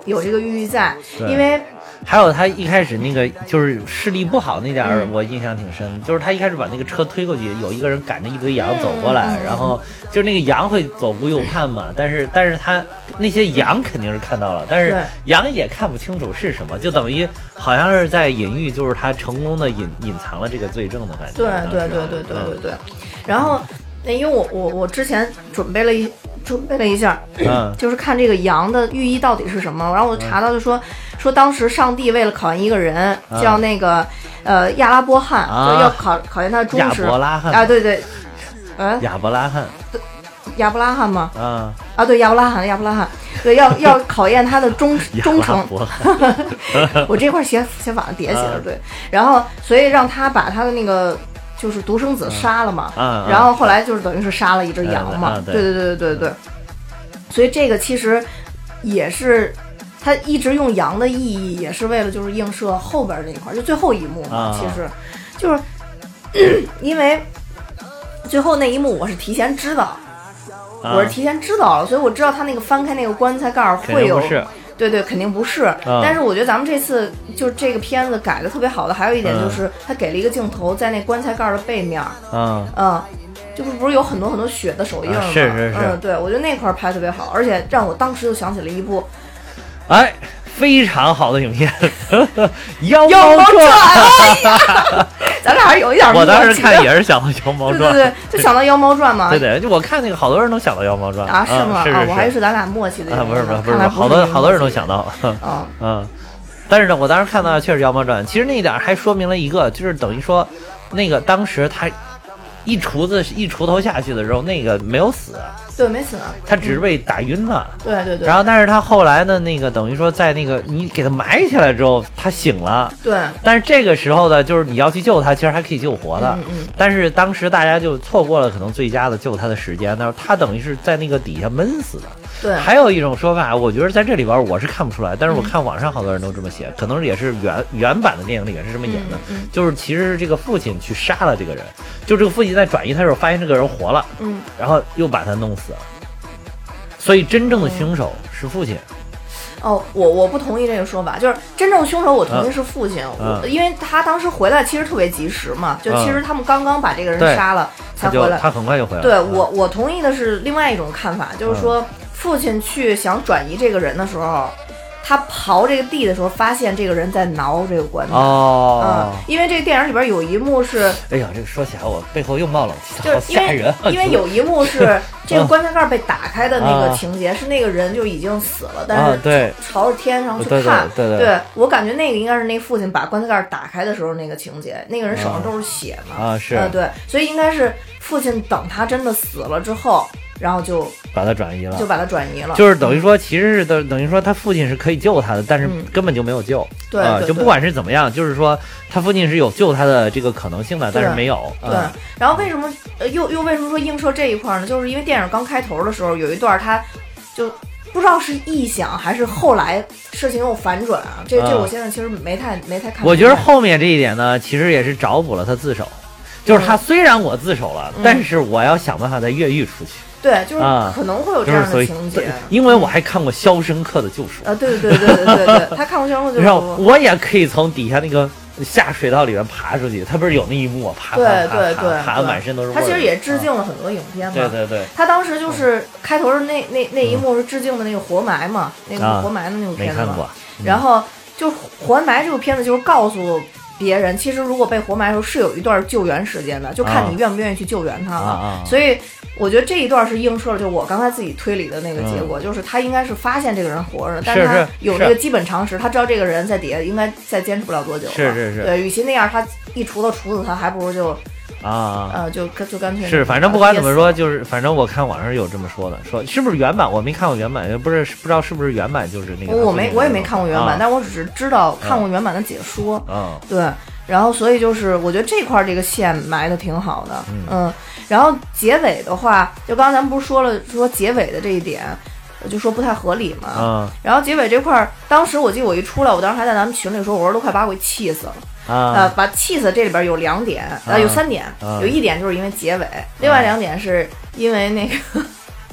有这个寓意在，因为。 还有他一开始那个就是视力不好那点我印象挺深，就是他一开始把那个车推过去，有一个人赶着一堆羊走过来，然后就是那个羊会左顾右盼嘛，但是他那些羊肯定是看到了，但是羊也看不清楚是什么，就等于好像是在隐喻，就是他成功的隐藏了这个罪证的感觉。 对。然后因为我之前准备了一下，就是看这个羊的寓意到底是什么，然后我查到就说当时上帝为了考验一个人，叫那个亚拉波汉，就要考验他的忠实。 亚伯拉罕啊，对， 亚伯拉罕， 亚伯拉罕吗？对，亚伯拉罕，对，要考验他的忠诚。我这块写反了，叠写了，对，然后所以让他把他的那个。就是独生子杀了嘛，然后后来就是等于是杀了一只羊嘛，对，所以这个其实也是他一直用羊的意义，也是为了就是映射后边这一块，就最后一幕嘛，其实就是因为最后那一幕我是提前知道，了，所以我知道他那个翻开那个棺材盖会有。对，肯定不是。但是我觉得咱们这次就是这个片子改的特别好的，还有一点就是他给了一个镜头在那棺材盖的背面，就不是有很多血的手印吗？ 是。 对，我觉得那块拍特别好，而且让我当时就想起了一部， 非常好的影片《 妖猫传》。咱俩还是有一点。 我当时看也是想到《妖猫传》， 对，就想到《妖猫传》嘛。 对，就我看那个好多人都想到《妖猫传》 啊，是吗？ 是， 我还是咱俩默契的。 不是，好多人都想到。但是呢，我当时看到确实《妖猫传》，其实那一点还说明了一个，就是等于说，那个当时他一锄头下去的时候，那个没有死。 对，没死， 他只是被打晕了。 对。 然后，但是他后来呢，那个等于说，在那个你给他埋起来之后，他醒了。 对。 但是这个时候呢，就是你要去救他，其实还可以救活的。但是当时大家就错过了可能最佳的救他的时间，但是他等于是在那个底下闷死的。 对。 还有一种说法，我觉得在这里边我是看不出来，但是我看网上好多人都这么写，可能也是原版的电影里面是这么演的，就是其实是这个父亲去杀了这个人，就这个父亲在转移他的时候发现这个人活了，然后又把他弄死了。所以真正的凶手是父亲。 我不同意这个说法，就是真正凶手我同意是父亲，因为他当时回来其实特别及时嘛，就其实他们刚刚把这个人杀了才回来， 他很快就回来了。 对，我同意的是另外一种看法，就是说父亲去想转移这个人的时候，他刨这个地的时候，发现这个人在挠这个棺材。因为这个电影里边有一幕是， 哎呀，这个说起来我背后又冒冷气， 好吓人。 因为有一幕是这个棺材盖被打开的那个情节，是那个人就已经死了，但是朝着天上去看。 对， 我感觉那个应该是那父亲把棺材盖打开的时候那个情节，那个人手上都是血嘛。 是。 对，所以应该是父亲等他真的死了之后。然后就把他转移了， 就是等于说，其实是等于说他父亲是可以救他的，但是根本就没有救。 对， 就不管是怎么样，就是说他父亲是有救他的这个可能性的，但是没有。 对，然后为什么又为什么说映射这一块呢？就是因为电影刚开头的时候有一段，他就不知道是臆想还是后来事情又反转啊。这我现在其实没太看。 我觉得后面这一点呢，其实也是找补了他自首，就是他虽然我自首了，但是我要想办法再越狱出去。 对，就是可能会有这样的情节， 因为我还看过《肖申克的救赎》 啊，对，他看过《肖申克救赎》， 然后我也可以从底下那个下水道里面爬出去，他不是有那一幕爬的满身都是。 他其实也致敬了很多影片嘛。 对。 他当时就是开头的那一幕是致敬的那个活埋嘛，那个活埋的那部片子嘛。然后就活埋这部片子就是告诉别人，其实如果被活埋的时候是有一段救援时间的，就看你愿不愿意去救援他了。所以我觉得这一段是映射了，就我刚才自己推理的那个结果，就是他应该是发现这个人活着，但是他有那个基本常识，他知道这个人在底下应该再坚持不了多久了。 是。 对，与其那样，他一锄头锄死他，还不如就就干脆是。反正不管怎么说，就是反正我看网上有这么说的，说是不是原版？我没看过原版，不知道是不是原版，就是那个我也没看过原版，但我只是知道看过原版的解说。对。然后，所以就是我觉得这块这个线埋的挺好的，然后结尾的话，就刚才咱们不是说结尾的这一点，就说不太合理嘛，然后结尾这块，当时我记得我一出来，我当时还在咱们群里说，我说都快把我给气死了，把气死这里边有2点，有3点，有1点就是因为结尾，另外2点是因为那个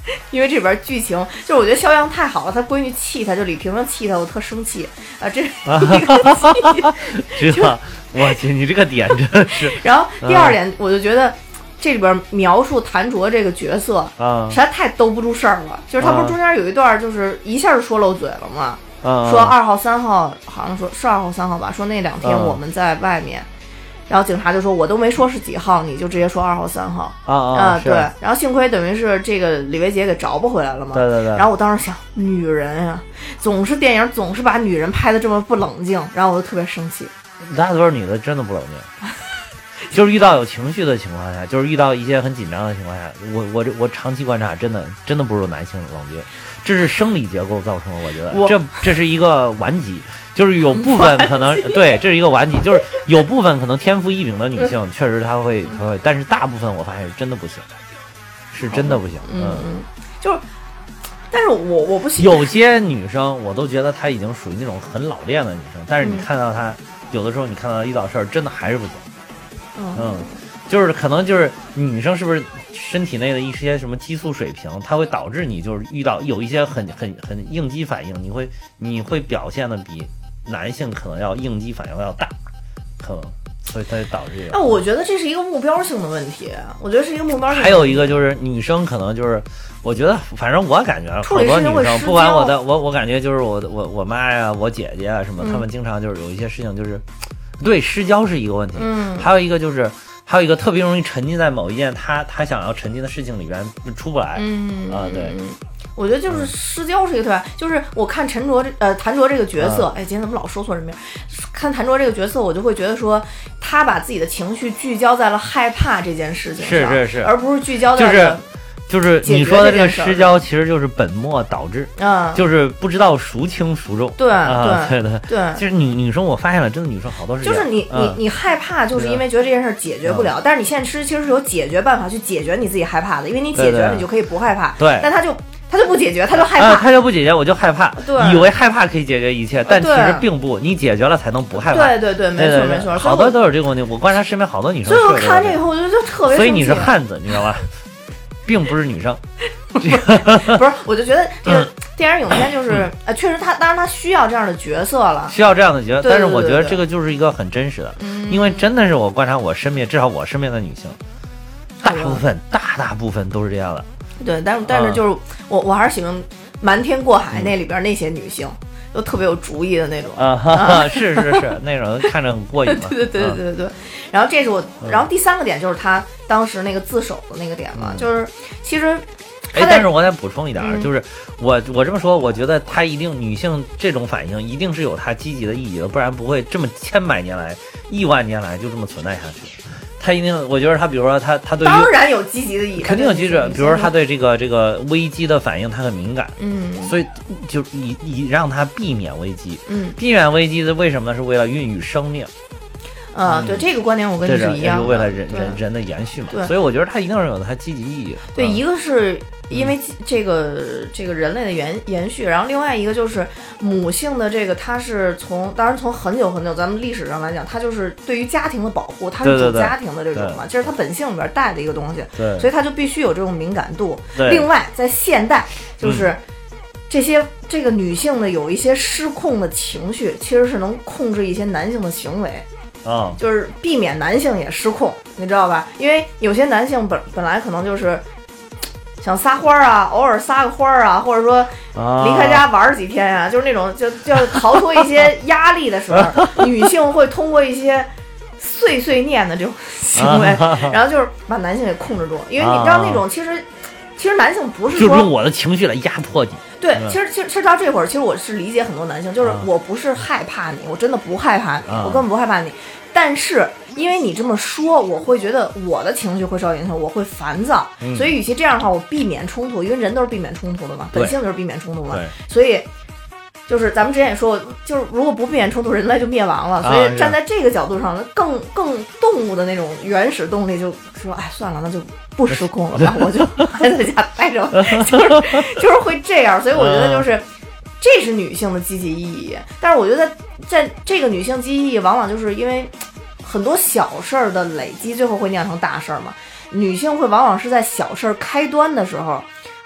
因为这边剧情就是我觉得肖央太好了，他闺女气他，就李萍萍气他，我特生气啊！这是一个气， 知道？我去，你这个点真的是。 然后第二点，我就觉得这里边描述谭卓这个角色实在太兜不住事儿了。就是他不是中间有一段就是一下就说漏嘴了吗？说2号3号，好像说是2号3号吧，说那2天我们在外面。然后警察就说：“我都没说是几号，你就直接说2号3号对。然后幸亏等于是这个李维杰给找不回来了嘛。 对。 然后我当时想，女人呀，电影总是把女人拍的这么不冷静，然后我就特别生气。 大多数女的真的不冷静，就是遇到有情绪的情况下，就是遇到一些很紧张的情况下，我长期观察，真的不如男性冷静，这是生理结构造成的。我觉得这是一个顽疾。”就是有部分可能对，这是一个顽疾，就是有部分可能天赋异禀的女性，确实她会，但是大部分我发现是真的不行，是真的不行。 就是，但是我不行。 有些女生我都觉得她已经属于那种很老练的女生，但是你看到她有的时候你看到她遇到事儿，真的还是不行。就是可能就是女生是不是身体内的一些什么激素水平，它会导致你就是遇到有一些很应激反应，你会表现的比男性可能要应激反应要大，可能，所以它就导致这个。 我觉得这是一个目标性的问题，我觉得是一个目标性的问题。 还有一个就是女生可能就是，我觉得反正我感觉好多女生，不管我感觉就是我妈呀、我姐姐啊什么，她们经常就是有一些事情就是，对失焦是一个问题，还有一个就是。还有一个特别容易沉浸在某一件他想要沉浸的事情里边出不来，对， 我觉得就是失焦是一个特别，就是我看谭卓这个角色，今天怎么老说错人名？看谭卓这个角色，我就会觉得说，他把自己的情绪聚焦在了害怕这件事情上， 是， 而不是聚焦在了。 就是你说的这个失焦，其实就是本末倒置，就是不知道孰轻孰重。 对， 就是女生，我发现了，真的女生好多是就是你害怕，就是因为觉得这件事解决不了，但是你现在其实是有解决办法去解决你自己害怕的，因为你解决了，你就可以不害怕。 对， 但他就不解决，他就害怕， 他就不解决，我就害怕， 对， 以为害怕可以解决一切，但其实并不，你解决了才能不害怕。 对，没错， 好多都有这个问题。我观察身边好多女生， 所以我看这以后我觉得就特别生气。 所以你是汉子，你知道吧？并不是女生， 不是，我就觉得这个电影影片就是，确实当然他需要这样的角色了， 需要这样的角色，但是我觉得这个就是一个很真实的，因为真的是我观察我身边，至少我身边的女性，大部分都是这样的。 对，但是就是我还是喜欢《瞒天过海》那里边那些女性。都特别有主意的那种是那种看着很过瘾嘛。 对。然后这是然后第3个点就是他当时那个自首的那个点嘛，就是其实但是我再补充一点，就是我这么说，我觉得他一定女性这种反应一定是有它积极的意义的，不然不会这么千百年来、亿万年来就这么存在下去。他一定，我觉得他，比如说他对于当然有积极的意义， 肯定有积极。比如说他对这个危机的反应，他很敏感，所以就以让他避免危机，避免危机的为什么呢？是为了孕育生命。 对这个观点我跟你是一样的， 是为了人的延续嘛。所以我觉得它一定是有它积极意义。 对，一个是因为这个人类的延续，然后另外一个就是母性的这个，它是当然从很久很久咱们历史上来讲，它就是对于家庭的保护，它是主家庭的这种嘛，这是它本性里边带的一个东西，所以它就必须有这种敏感度。另外，在现代就是这个女性的有一些失控的情绪，其实是能控制一些男性的行为。就是避免男性也失控，你知道吧？因为有些男性本来可能就是想撒欢啊，偶尔撒个欢啊，或者说离开家玩几天啊，就是那种就逃脱一些压力的时候，女性会通过一些碎念的这种行为，然后就是把男性给控制住。因为你知道那种其实男性不是说就是用我的情绪来压迫你。 对，其实到这会儿，其实我是理解很多男性，就是我不是害怕你，我真的不害怕你，我根本不害怕你。但是因为你这么说，我会觉得我的情绪会受到影响，我会烦躁，所以与其这样的话，我避免冲突，因为人都是避免冲突的嘛，本性就是避免冲突嘛，所以就是咱们之前也说，就是如果不避免冲突，人类就灭亡了。所以站在这个角度上，更动物的那种原始动力就说，哎，算了，那就不失控了吧，我就还在家待着，就是会这样。所以我觉得就是这是女性的积极意义，但是我觉得在这个女性积极意义，往往就是因为很多小事儿的累积，最后会酿成大事儿嘛。女性会往往是在小事儿开端的时候，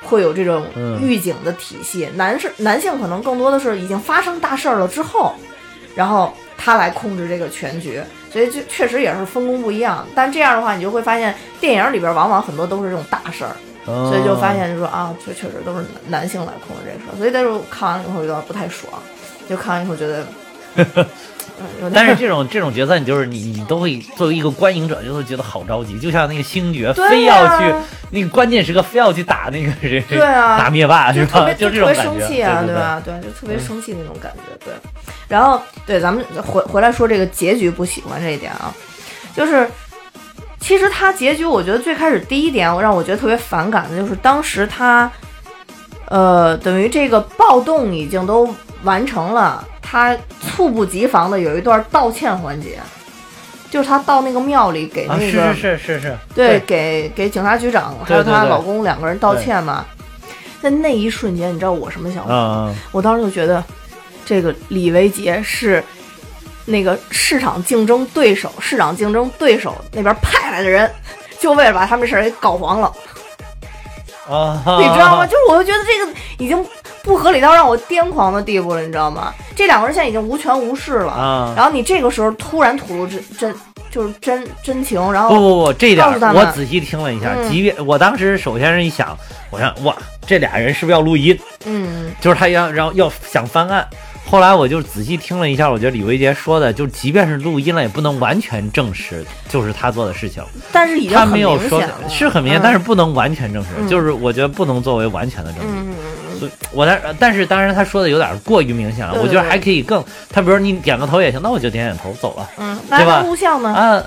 会有这种预警的体系，男性可能更多的是已经发生大事了之后，然后他来控制这个全局，所以就确实也是分工不一样。但这样的话，你就会发现电影里边往往很多都是这种大事儿，所以就发现就说啊，确实都是男性来控制这个事儿。所以但是我看完了以后有点不太爽，就看完以后觉得。 但是这种角色，你都会作为一个观影者，就会觉得好着急，就像那个星爵非要去那个关键时刻非要去打那个人， 对啊， 打灭霸是吧？就这种感觉， 特别生气啊，对吧？对，就特别生气那种感觉。对，然后对，咱们回来说这个结局不喜欢这一点啊，就是其实他结局，我觉得最开始第一点让我觉得特别反感的就是当时他等于这个暴动已经都完成了。他猝不及防的有一段道歉环节，就是他到那个庙里给那个是对给警察局长还有她老公两个人道歉嘛。在那一瞬间，你知道我什么想法？我当时就觉得，这个李维杰是那个市长竞争对手那边派来的人，就为了把他们事儿给搞黄了。你知道吗？就是我就觉得这个已经不合理到让我癫狂的地步了，你知道吗？这两个人现在已经无权无势了，然后你这个时候突然吐露真情，然后不，这一点我仔细听了一下，即便我当时首先是一想，我想哇，这俩人是不是要录音？就是他要想翻案。后来我就仔细听了一下，我觉得李维杰说的，就即便是录音了，也不能完全证实就是他做的事情。 但是已经很明显了， 他没有说是很明显，但是不能完全证实，就是我觉得不能作为完全的证据。但是当然他说的有点过于明显了，我觉得还可以更。他比如说你点个头也行，那我就点头走了，对吧？ 录像呢？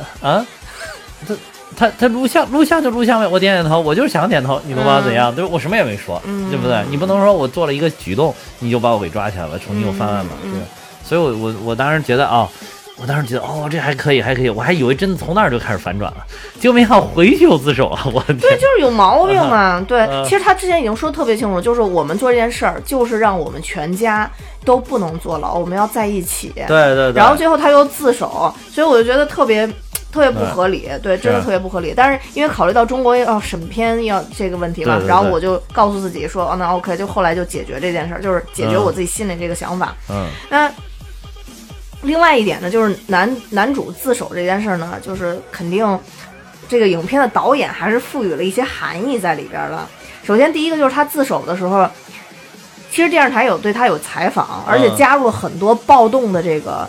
他录像就录像呗，我点头，我就是想点头，你能把我怎样？对，我什么也没说，对不对？你不能说我做了一个举动，你就把我给抓起来了，重新又翻案了，对。所以我当时觉得这还可以，我还以为真的从那儿就开始反转了，结果没想到回去又自首了，我对， 就是有毛病嘛，对。其实他之前已经说特别清楚，就是我们做这件事儿，就是让我们全家都不能坐牢，我们要在一起。 对。 然后最后他又自首，所以我就觉得特别不合理，对，真的特别不合理。但是因为考虑到中国要审片要这个问题嘛，然后我就告诉自己说，那 OK， 就后来就解决这件事儿，就是解决我自己心里这个想法。那另外一点呢，就是男主自首这件事呢，就是肯定这个影片的导演还是赋予了一些含义在里边的。首先第一个就是他自首的时候，其实电视台对他有采访，而且加入了很多暴动的这个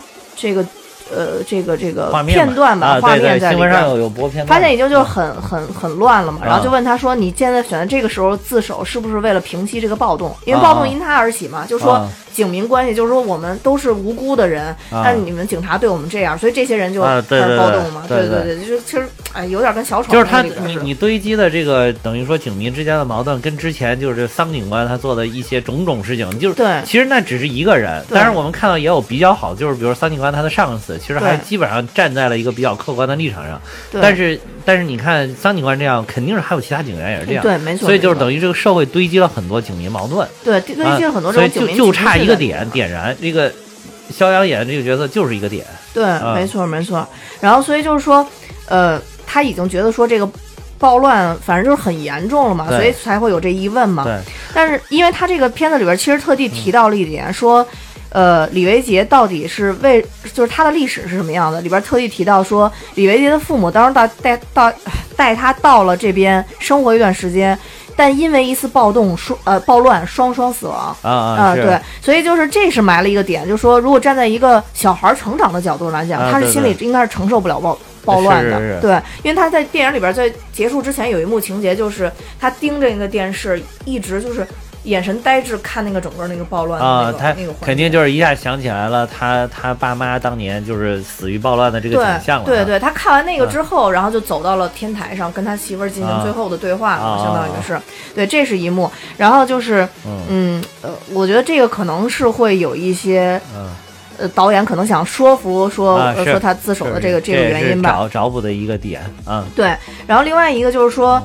片段吧，画面在里边， 新闻上有播片段， 发现已经就很乱了嘛。然后就问他说：“你现在选择这个时候自首，是不是为了平息这个暴动？因为暴动因他而起嘛，就说警民关系，就是说我们都是无辜的人，但是你们警察对我们这样，所以这些人就开始暴动嘛。对，就是其实有点跟小丑就是他你堆积的这个等于说警民之间的矛盾，跟之前就是桑警官他做的一些种种事情，就是对， 其实那只是一个人，但是我们看到也有比较好，就是比如桑警官他的上司。其实还基本上站在了一个比较客观的立场上，但是你看桑警官这样，肯定是还有其他警员也是这样， 对，没错。 所以就是等于这个社会堆积了很多警民矛盾， 对，堆积了很多这种警民， 就差一个点燃。这个肖央演的这个角色就是一个点， 对，没错。然后所以就是说，他已经觉得说这个暴乱反正就是很严重了嘛，所以才会有这疑问嘛。 对， 但是因为他这个片子里边其实特地提到了一点说。李维杰到底是就是他的历史是什么样的？里边特地提到说，李维杰的父母当时带他到了这边生活一段时间，但因为一次暴乱双死亡对，所以就是这是埋了一个点，就是说如果站在一个小孩成长的角度来讲，他是心里应该是承受不了暴乱的，对，因为他在电影里边在结束之前有一幕情节，就是他盯着那个电视，一直就是眼神呆滞看那个整个那个暴乱的他肯定就是一下想起来了他爸妈当年就是死于暴乱的这个景象了。 对，他看完那个之后，然后就走到了天台上跟他媳妇儿进行最后的对话了，相当于是，对，这是一幕。然后就是我觉得这个可能是会有一些导演可能想说服说他自首的这个原因吧， 找补的一个点对。然后另外一个就是说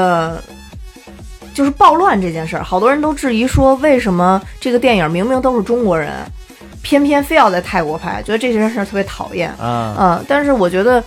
就是暴乱这件事儿，好多人都质疑说，为什么这个电影明明都是中国人，偏偏非要在泰国拍，觉得这件事儿特别讨厌但是我觉得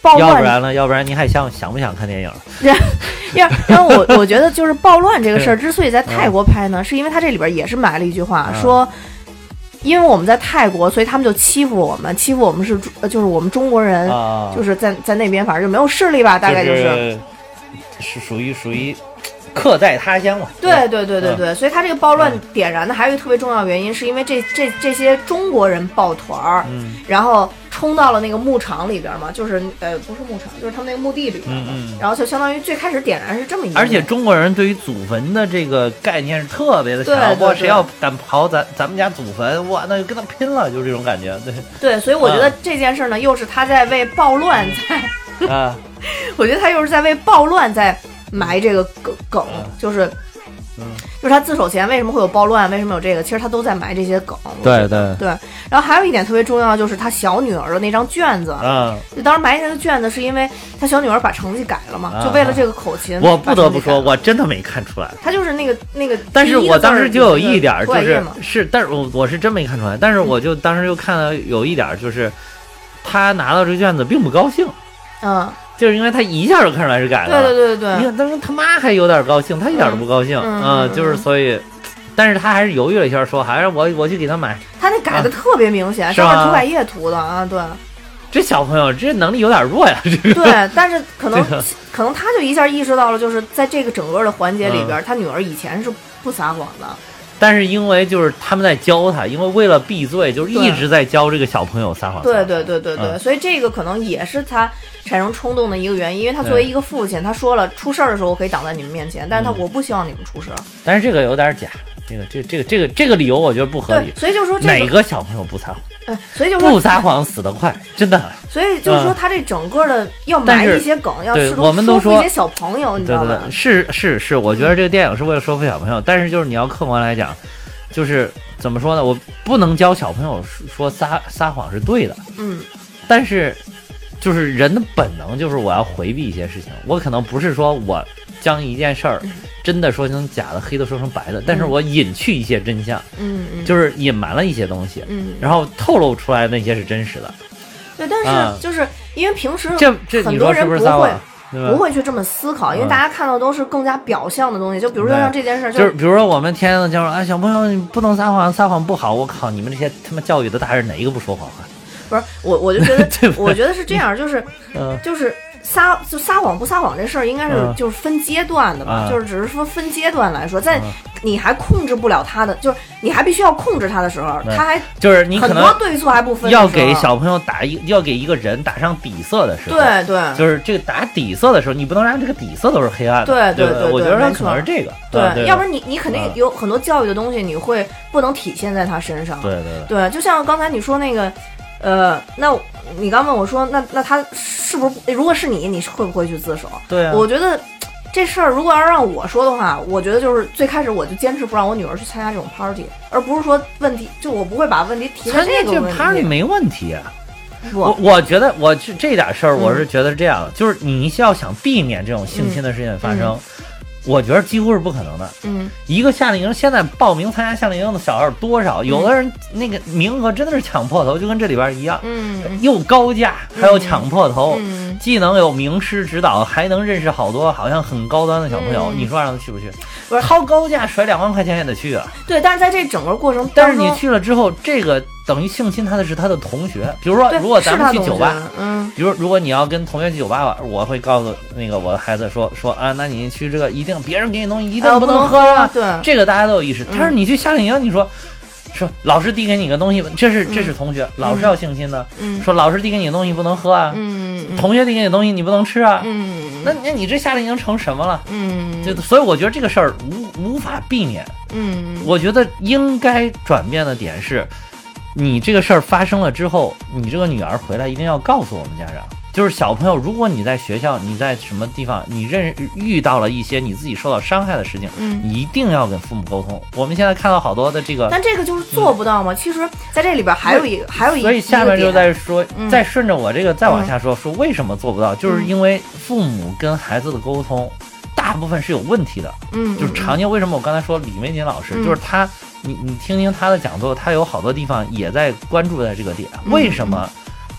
暴乱， 要不然你还想不想看电影？ 然后我觉得就是暴乱这个事儿之所以在泰国拍呢，是因为他这里边也是埋了一句话，说因为我们在泰国，所以他们就欺负我们就是我们中国人，就是在那边反正就没有势力吧，大概就是属于客在他乡嘛。 对，所以他这个暴乱点燃的还有一个特别重要的原因，是因为这些中国人抱团儿，然后冲到了那个牧场里边嘛，就是不是牧场，就是他们那个墓地里边，然后就相当于最开始点燃是这么一个。 而且中国人对于祖坟的这个概念是特别的强，哇，谁要敢刨咱们家祖坟，哇，那就跟他拼了，就是这种感觉。 对，所以我觉得这件事呢，又是他在为暴乱我觉得他又是在为暴乱在埋这个梗，就是他自首前为什么会有暴乱，为什么有这个，其实他都在埋这些梗。对。然后还有一点特别重要，就是他小女儿的那张卷子，就当时埋那个卷子是因为他小女儿把成绩改了嘛，就为了这个口琴。 我不得不说，我真的没看出来， 他就是那个。 但是我当时就有一点但是我是真没看出来，但是我就当时就看到有一点就是他拿到这个卷子并不高兴。就是因为他一下就看出来是改了， 对。 你看，当时他妈还有点高兴，他一点都不高兴，就是所以，但是他还是犹豫了一下，说还是我去给他买。 他那改的特别明显，上面涂改液涂的啊，对。 这小朋友这能力有点弱呀，这个。 对，但是可能他就一下意识到了，就是在这个整个的环节里边，他女儿以前是不撒谎的。 但是因为就是他们在教他，因为为了避罪，就是一直在教这个小朋友撒谎。 对，所以这个可能也是他产生冲动的一个原因，因为他作为一个父亲，他说了出事儿的时候我可以挡在你们面前，但是我不希望你们出事。 但是这个有点假，这个理由我觉得不合理。 所以就说哪个小朋友不撒谎？ 所以就说不撒谎死得快，真的。 所以就是说他这整个的要埋一些梗，要试图说服一些小朋友，你知道吗？ 是，我觉得这个电影是为了说服小朋友，但是就是你要客观来讲，就是怎么说呢？我不能教小朋友说撒谎是对的，但是就是人的本能就是我要回避一些事情，我可能不是说我将一件事儿真的说成假的，黑的说成白的，但是我隐去一些真相，就是隐瞒了一些东西，然后透露出来那些是真实的。 对，但是就是因为平时这很多人不会去这么思考，因为大家看到都是更加表象的东西，就比如说像这件事， 就是比如说我们天天的教说，小朋友你不能撒谎，撒谎不好。我靠，你们这些他妈教育的大人哪一个不说谎啊？ 不是我就觉得我觉得是这样，就是撒谎不撒谎这事儿应该是就是分阶段的吧，就是只是说分阶段来说，在你还控制不了他的，就是你还必须要控制他的时候，他还就是你可能很多对错还不分， 要给小朋友要给一个人打上底色的时候， 对， 就是这个打底色的时候，你不能让这个底色都是黑暗的， 对， 我觉得可能是这个， 对，要不然你肯定有很多教育的东西你会不能体现在他身上，对，就像刚才你说那个。那你刚问我说，那他是不是？如果是你会不会去自首？ 对啊， 我觉得这事儿如果要让我说的话，我觉得就是最开始我就坚持不让我女儿去参加这种 party， 而不是说问题，就我不会把问题提在这个问题。 party 没问题啊。我觉得我这点事儿，我是觉得这样，就是你要想避免这种性侵的事情发生。我觉得几乎是不可能的。一个夏令营，现在报名参加夏令营的小孩多少？有的人那个名额真的是抢破头，就跟这里边一样。又高价，还有抢破头，既能有名师指导，还能认识好多好像很高端的小朋友。你说让他去不去？ 不是掏高价甩2万块钱也得去啊。 对，但是在这整个过程当中， 但是你去了之后，这个等于性侵他的是他的同学。比如说，如果咱们去酒吧，比如如果你要跟同学去酒吧玩，我会告诉那个我的孩子说啊，那你去这个一定别人给你东西一定不能喝啊。 对， 这个大家都有意识。但是你去夏令营，你说老师递给你个东西，这是同学，老师要性侵的。说老师递给你的东西不能喝啊。同学递给你的东西你不能吃啊。那你这夏令营成什么了？所以我觉得这个事儿无法避免。我觉得应该转变的点是，你这个事儿发生了之后，你这个女儿回来一定要告诉我们家长。就是小朋友，如果你在学校，你在什么地方，你遇到了一些你自己受到伤害的事情，你一定要跟父母沟通。我们现在看到好多的这个， 但这个就是做不到嘛。其实在这里边还有一个， 所以下面就在说，再顺着我这个再往下说，说为什么做不到，就是因为父母跟孩子的沟通大部分是有问题的。就是常年为什么我刚才说李玫瑾老师，就是他，你听听他的讲座，他有好多地方也在关注在这个点，为什么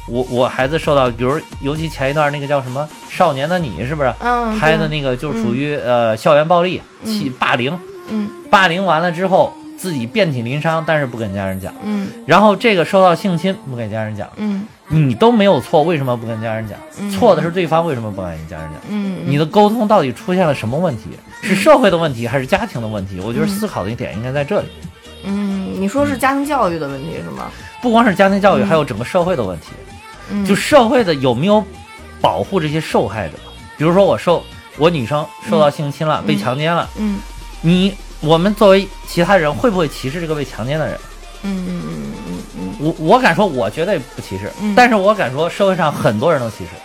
我孩子受到，比如尤其前一段那个叫什么《少年的你》，是不是？拍的那个就属于校园暴力、霸凌，霸凌完了之后自己遍体鳞伤，但是不跟家人讲，然后这个受到性侵不跟家人讲，你都没有错，为什么不跟家人讲？错的是对方，为什么不跟家人讲？你的沟通到底出现了什么问题？是社会的问题还是家庭的问题？我觉得思考的一点应该在这里。 你说是家庭教育的问题是吗？ 不光是家庭教育，还有整个社会的问题。就社会的有没有保护这些受害者？比如说我女生受到性侵了，被强奸了，我们作为其他人会不会歧视这个被强奸的人？我敢说，我绝对不歧视，但是我敢说，社会上很多人都歧视。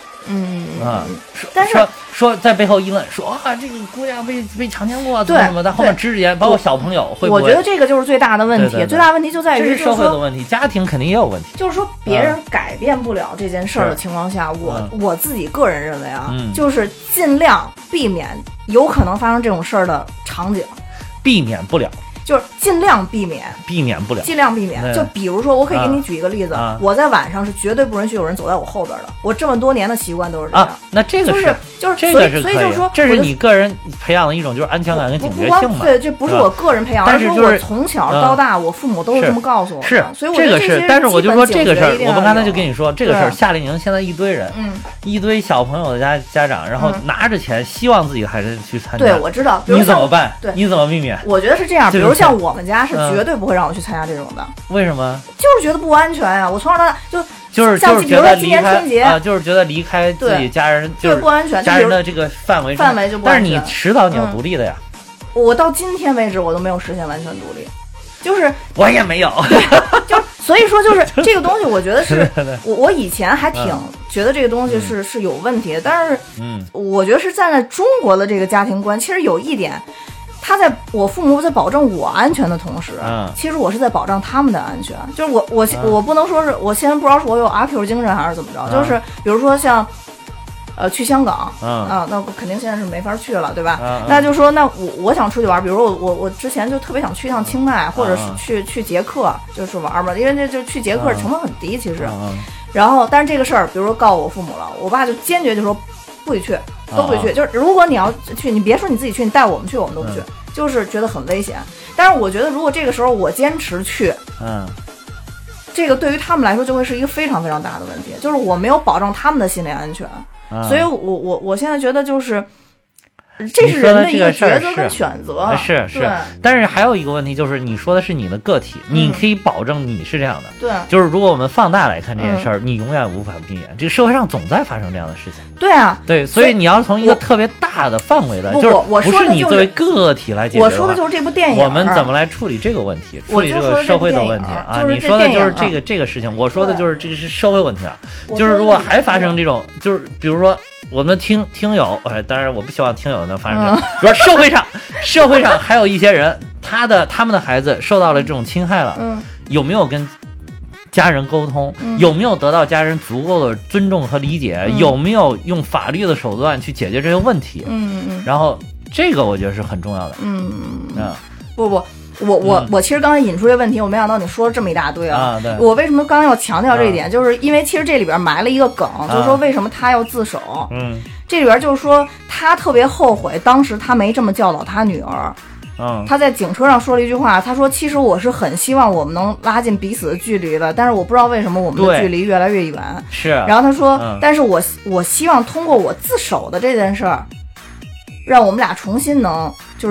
但是说在背后议论说这个姑娘被强奸过，怎么在后面指言，包括小朋友会不会？ 我觉得这个就是最大的问题，最大的问题就在于这是社会的问题，家庭肯定也有问题。 就是说别人改变不了这件事儿的情况下，我自己个人认为就是尽量避免有可能发生这种事儿的场景， 避免不了。 就是尽量避免不了， 尽量避免。就比如说，我可以给你举一个例子，我在晚上是绝对不允许有人走在我后边的，我这么多年的习惯都是这样。 那这个就是这个是可以， 所以就是说， 这是你个人培养的一种就是安全感跟警觉性嘛。 对，这不是我个人培养， 但是我从小到大，我父母都是这么告诉我的。 是， 所以我这个是，但是我就说这个事儿，我们刚才就跟你说这个事儿，夏令营现在一堆人，一堆小朋友的家长，然后拿着钱，希望自己的孩子去参加。 对，我知道。 你怎么办？对，你怎么避免？ 我觉得是这样，比如像我们家是绝对不会让我去参加这种的。 为什么？ 就是觉得不安全呀！我从小到大就是比如说今年春节就是觉得离开自己家人就是不安全， 家人的这个范围就不安全。 但是你迟早你要独立的呀。 我到今天为止我都没有实现完全独立，就是我也没有。 就所以说就是这个东西，我觉得是我以前还挺觉得这个东西是有问题的，但是我觉得是站在中国的这个家庭观，其实有一点。他在我父母在保证我安全的同时，其实我是在保障他们的安全。就是我不能说是我现在不知道是我有阿 Q 精神还是怎么着，就是比如说像去香港那我肯定现在是没法去了，对吧？那就说那我想出去玩，比如说我之前就特别想去一趟清迈，或者是去捷克，就是玩嘛，因为就去捷克成本很低其实。然后但是这个事儿，比如说告诉我父母了，我爸就坚决就说不许去。都不许去，就是如果你要去，你别说你自己去，你带我们去，我们都不去，就是觉得很危险。但是我觉得，如果这个时候我坚持去，这个对于他们来说就会是一个非常非常大的问题，就是我没有保障他们的心理安全。所以我现在觉得就是。这是人的一个抉择跟选择， 是。但是还有一个问题就是，你说的是你的个体，你可以保证你是这样的。 对， 就是如果我们放大来看这件事儿，你永远无法避免。这个社会上总在发生这样的事情。 对啊， 对，所以你要从一个特别大的范围的，就是不是你作为个体来解决。 我说的就是这部电影， 我们怎么来处理这个问题，处理这个社会的问题啊？你说的就是这个事情，我说的就是这个是社会问题啊。就是如果还发生这种，就是比如说。我们听友，当然我不希望听友能发生这种。主要社会上还有一些人，他们的孩子受到了这种侵害了，有没有跟家人沟通？有没有得到家人足够的尊重和理解？有没有用法律的手段去解决这些问题？然后这个我觉得是很重要的。 不。我其实刚才引出这问题，我没想到你说了这么一大堆啊！ 对， 我为什么刚刚要强调这一点，就是因为其实这里边埋了一个梗，就是说为什么他要自首。这里边就是说他特别后悔当时他没这么教导他女儿。他在警车上说了一句话，他说：“其实我是很希望我们能拉近彼此的距离的，但是我不知道为什么我们的距离越来越远。” 是。 然后他说：“但是我希望通过我自首的这件事儿，让我们俩重新能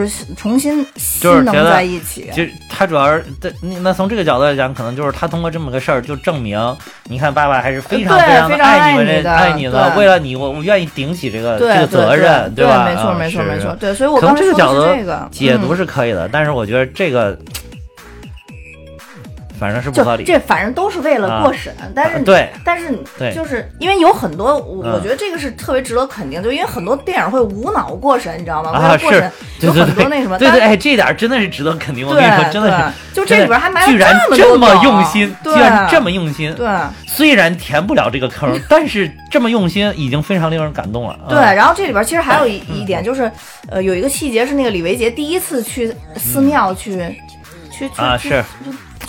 在一起。” 就他主要是那从这个角度来讲，可能就是他通过这么个事儿就证明，你看爸爸还是非常非常的爱你的，为了你我愿意顶起这个责任， 对吧？ 没错。对，所以我刚才说的这个解读是可以的，但是我觉得这个。反正是不合理， 这反正都是为了过审，但是就是因为有很多，我觉得这个是特别值得肯定，就因为很多电影会无脑过审，你知道吗？为了过审有很多那什么， 对，这一点真的是值得肯定。我跟你说，真的是， 就这里边还埋了居然这么用心， 居然这么用心， 对， 虽然填不了这个坑，但是这么用心已经非常令人感动了。 对，然后这里边其实还有一点就是，有一个细节是那个李维杰第一次去寺庙去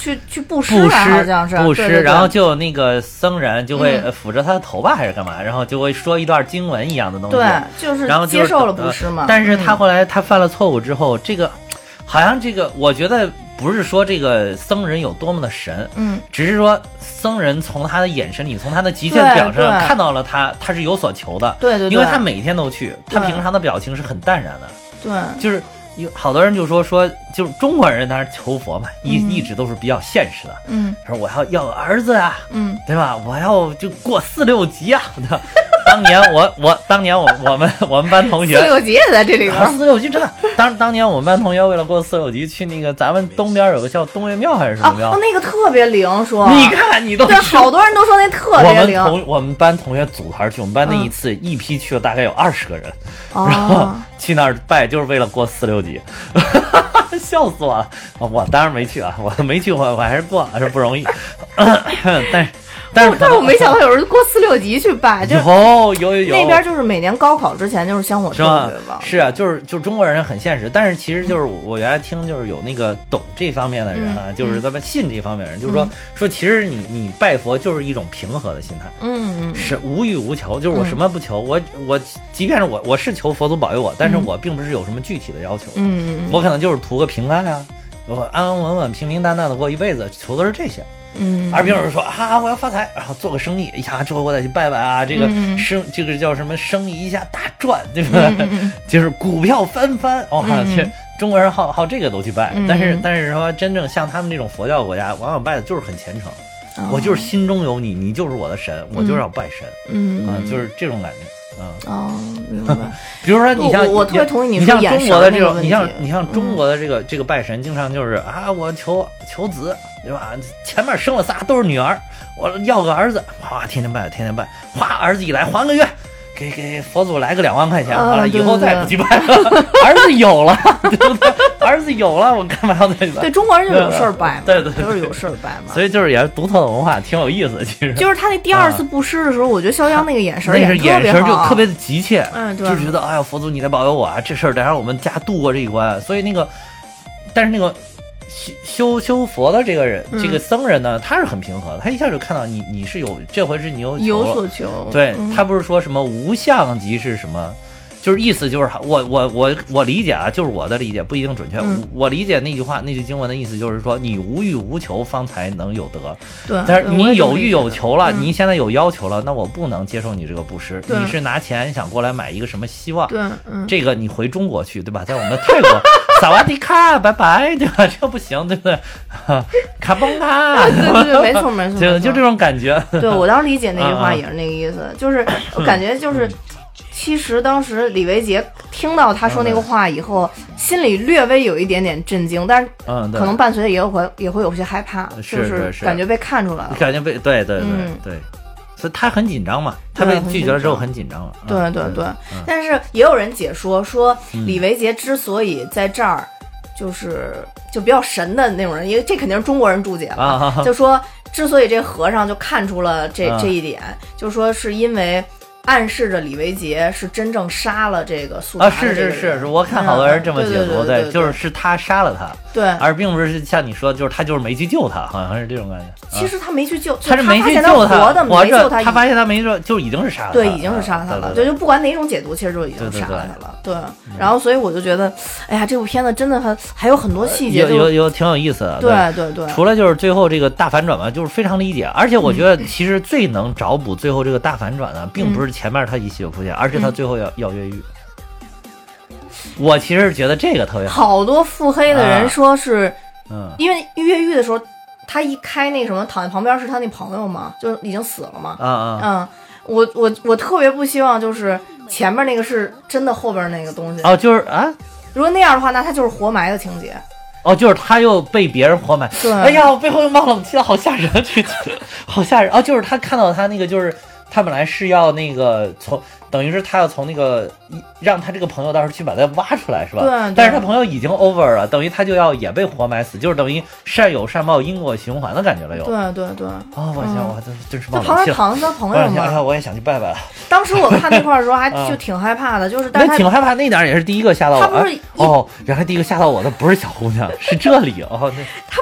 去布施，好像是布施，然后就有那个僧人就会抚着他的头吧，还是干嘛，然后就会说一段经文一样的东西， 对，就是然后接受了布施嘛。 但是他后来他犯了错误之后，这个好像这个我觉得不是说这个僧人有多么的神，只是说僧人从他的眼神里，从他的极限表上看到了他是有所求的， 对， 因为他每天都去，他平常的表情是很淡然的， 对， 就是有好多人就说就是中国人当然求佛嘛，一直都是比较现实的，说我要个儿子啊，对吧？我要就过4、6级啊。当年我们班同学 4、6级也在这里边 ，4、6级真的。当年我们班同学为了过4、6级，去那个咱们东边有个叫东岳庙还是什么庙， 那个特别灵，说你看你都对，好多人都说那特别灵。 我们班同学组团去，我们班那一次一批去了大概有20个人，然后去那儿拜就是为了过4、6级。笑死我了！我当然没去啊，我没去，我还是过还是不容易。但是我没想到有人过4、6级去拜，就有那边就是每年高考之前就是香火特别旺。 是啊，就是中国人很现实，但是其实就是我原来听就是有那个懂这方面的人啊，就是他们信这方面的人，就是说其实你拜佛就是一种平和的心态，是无欲无求，就是我什么不求，我即便是我是求佛祖保佑我，但是我并不是有什么具体的要求，我可能就是图个平安啊，我安安稳稳平平淡淡的过一辈子，求的是这些。而并不是说我要发财，然后做个生意，这回我得去拜拜啊，这个这个叫什么生意一下大赚，对不对？就是股票翻番，去中国人好这个都去拜，但是说真正像他们这种佛教国家，往往拜的就是很虔诚，我就是心中有你就是我的神，我就是要拜神，就是这种感觉。 明白。 比如说，你像我特别同意你像中国的这种，你像中国的这个拜神，经常就是我求子，对吧？前面生了仨都是女儿，我要个儿子，天天拜，儿子一来还个愿，给佛祖来个2万块钱，完了以后再不去拜了。儿子有了，对不对？儿子有了，我干嘛要再去拜？ 对，中国人就有事儿拜嘛， 对， 就是有事儿拜嘛。 所以就是也是独特的文化，挺有意思的。其实就是他那第2次布施的时候，我觉得肖央那个眼神也特别好， 那是眼神就特别的急切， 对， 就觉得佛祖你来保佑我啊，这事儿得让我们家度过这一关。所以但是那个修佛的这个人，这个僧人呢，他是很平和的，他一下就看到你是有这回是你有所求， 对，他不是说什么无相即是什么。就是意思就是我理解啊，就是我的理解不一定准确，我理解那句经文的意思就是说，你无欲无求方才能有德。 对， 但是你有欲有求了，你现在有要求了，那我不能接受你这个布施。你是拿钱想过来买一个什么希望？ 对， 这个你回中国去，对吧？在我们的泰国，萨瓦迪卡，拜拜，对吧？这不行，对不对？卡崩卡， 对，没错， 就这种感觉。 对，我当时理解那句话也是那个意思，就是我感觉就是。其实当时李维杰听到他说那个话以后，心里略微有一点点震惊，但是可能伴随的也会有些害怕，就是感觉被看出来了， 感觉被对，所以他很紧张嘛，他被拒绝了之后很紧张了。 对，但是也有人解说李维杰之所以在这儿就比较神的那种人，因为这肯定是中国人注解了，就说之所以这和尚就看出了这一点，就说是因为。暗示着李维杰是真正杀了这个苏达的这个人是，我看好多人这么解读， 对， 就是他杀了他， 对， 而并不是像你说，就是他就是没去救他，好像是这种感觉。 其实他没去救， 他是没去救他，没救他， 他发现他没救，就已经是杀了他， 对，已经是杀了他了，对，就不管哪种解读，其实就已经杀了他了，对。然后所以我就觉得，哎呀，这部片子真的还有很多细节， 有挺有意思的， 对。 除了就是最后这个大反转嘛，就是非常理解，而且我觉得其实最能找补最后这个大反转呢，并不是前面他一系有出现，而是他最后要越狱。我其实觉得这个特别好多腹黑的人说是，因为越狱的时候，他一开那什么躺在旁边是他那朋友嘛，就已经死了嘛。我特别不希望就是前面那个是真的后边那个东西。 就是如果那样的话，那他就是活埋的情节。 就是他又被别人活埋。 对， 哎呀，我背后又冒冷气了，好吓人，好吓人。就是他看到他那个就是他本来是要那个等于是他要从那个让他这个朋友到时候去把他挖出来，是吧？ 对。 但是他朋友已经 over 了，等于他就要也被活埋死，就是等于善有善报，因果循环的感觉了又。 对。 我想我真是冒冷气了。 旁边躺着他朋友嘛， 我也想去拜拜了。 当时我看那块的时候还就挺害怕的，就是但挺害怕，那点也是第一个吓到我。 他不是原来第一个吓到我的不是小姑娘，是这里他不是一开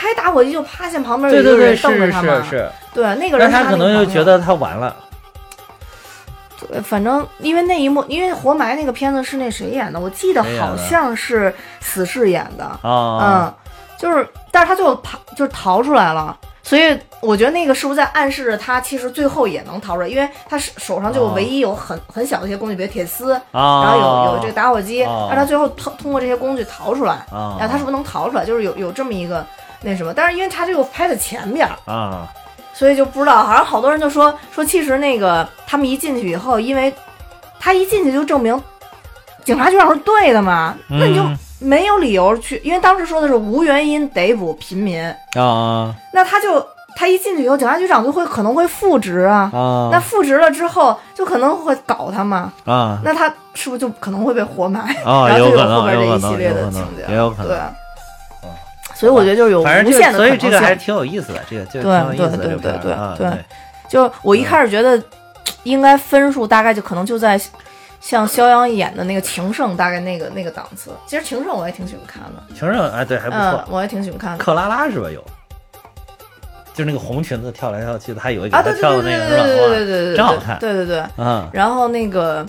开打火机就发现旁边有一个人瞪着他嘛， 是， 对，那个人他可能就觉得他完了。 对，反正因为那一幕，因为活埋那个片子是那谁演的，我记得好像是死侍演的，就是，但是他最后就是逃出来了，所以我觉得那个是不是在暗示着他其实最后也能逃出来，因为他手上就唯一有很小的一些工具，比如铁丝，然后有这个打火机，让他最后通过这些工具逃出来，然后他是不是能逃出来，就是有这么一个那什么，但是因为他这个拍在前边所以就不知道，好像好多人就说其实那个他们一进去以后，因为他一进去就证明警察局长是对的嘛，那你就没有理由去，因为当时说的是无原因逮捕平民那他一进去以后，警察局长就可能会复职那复职了之后就可能会搞他嘛那他是不是就可能会被活埋然后就有后边这一系列的情节， 也有可能， 对。所以我觉得就是有无限的可能性， 所以这个还挺有意思的，这个就挺有意思的， 对，就我一开始觉得应该分数大概就可能就在像肖央演的那个情圣大概那个档次。其实情圣我也挺喜欢看的， 情圣对还不错， 我也挺喜欢看的。 克拉拉是吧？有，就是那个红裙子跳来跳去的，还有一个他跳的那个是吧？ 对， 真好看， 对，然后那个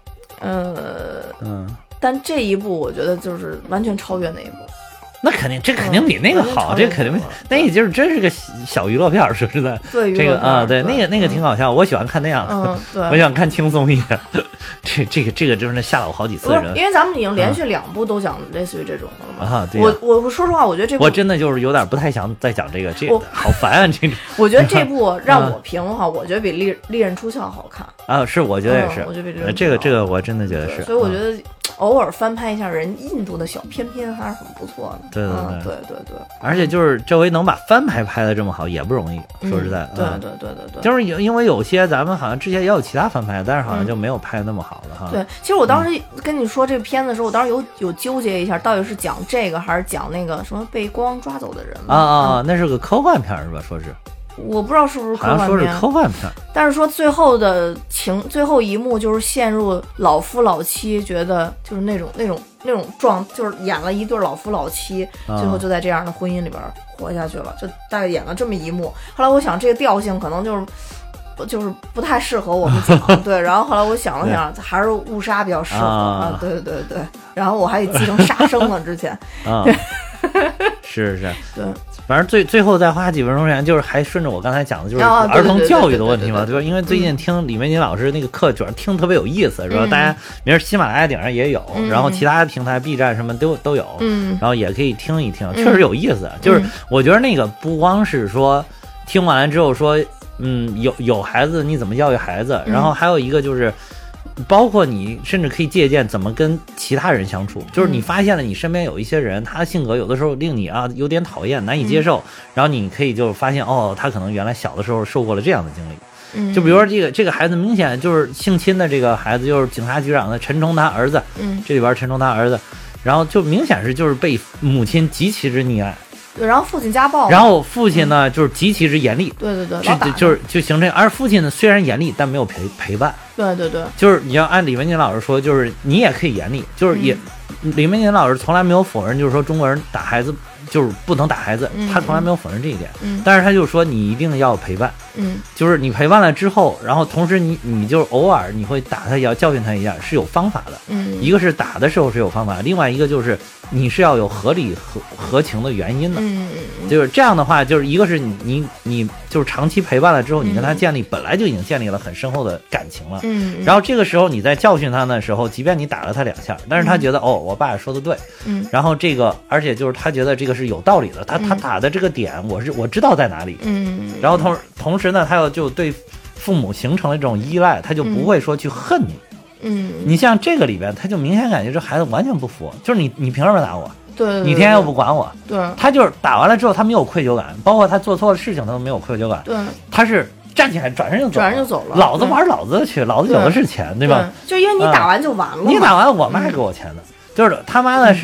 但这一部我觉得就是完全超越那一部。 那肯定，这肯定比那个好，这肯定，那也就是真是个小娱乐片，说实在， 对这个对，那个挺好笑，我喜欢看那样的， 对， 我喜欢看轻松一点。这个就是吓了我好几次人， 因为咱们已经连续2部都讲类似于这种了嘛。 对， 我说实话，我觉得这部我真的就是有点不太想再讲这个好烦啊！这个我觉得这部让我评的话，我觉得比利刃出鞘好看是，我觉得也是， 我觉得比这个我真的觉得是， 所以我觉得偶尔翻拍一下人印度的小片还是很不错的。 对， 而且就是这回能把翻拍拍的这么好也不容易，说实在， 对， 就是因为有些咱们好像之前也有其他翻拍，但是好像就没有拍的那么好了哈。 对，其实我当时跟你说这个片子的时候，我当时有纠结一下，到底是讲这个还是讲那个什么被光抓走的人那是个科幻片是吧？说是。 我不知道是不是科幻片， 好像说是科幻片， 但是说最后一幕就是陷入老夫老妻，觉得就是那种就是演了一对老夫老妻，最后就在这样的婚姻里边活下去了，就大概演了这么一幕。后来我想这个调性可能就是不太适合我们讲，对。然后后来我想了想，还是误杀比较适合对。然后我还得继承杀生了，之前是， 对。 反正最后再花几分钟时间，就是还顺着我刚才讲的，就是儿童教育的问题嘛，对吧？因为最近听李玫瑾老师那个课，主要听特别有意思，说大家明儿喜马拉雅顶上也有，然后其他平台 B 站什么都有，然后也可以听一听，确实有意思。就是我觉得那个不光是说听完了之后说，有孩子你怎么教育孩子，然后还有一个就是。包括你甚至可以借鉴怎么跟其他人相处，就是你发现了你身边有一些人，他的性格有的时候令你有点讨厌难以接受，然后你可以就发现他可能原来小的时候受过了这样的经历，就比如说这个孩子明显就是性侵的这个孩子就是警察局长的陈冲他儿子，这里边陈冲他儿子，然后就明显是就是被母亲极其之溺爱。 对，然后父亲家暴， 然后父亲呢就是极其之严厉， 对， 就形成，而父亲呢虽然严厉，但没有陪伴， 对， 就是你要按李玫瑾老师说，就是你也可以严厉，就是李玫瑾老师从来没有否认，就是说中国人打孩子就是不能打孩子，他从来没有否认这一点，但是他就说你一定要陪伴，就是你陪伴了之后，然后同时你就偶尔你会打他，也要教训他一下，是有方法的，一个是打的时候是有方法，另外一个就是你是要有合理合情的原因的，就是这样的话，就是一个是你就是长期陪伴了之后，你跟他本来就已经建立了很深厚的感情了，然后这个时候你在教训他的时候，即便你打了他2下，但是他觉得我爸说的对，然后这个而且就是他觉得这个是有道理的，他打的这个点我知道在哪里，然后同时呢，他就对父母形成了这种依赖，他就不会说去恨你。你像这个里边，他就明显感觉这孩子完全不服，就是你凭什么打我？ 对， 你天天又不管我， 对， 他就是打完了之后，他没有愧疚感，包括他做错了事情，他都没有愧疚感， 对， 他是站起来转身就走了，老子玩老子的去，老子有的是钱，对吧？ 就因为你打完就完了， 你打完我妈给我钱的，就是他妈呢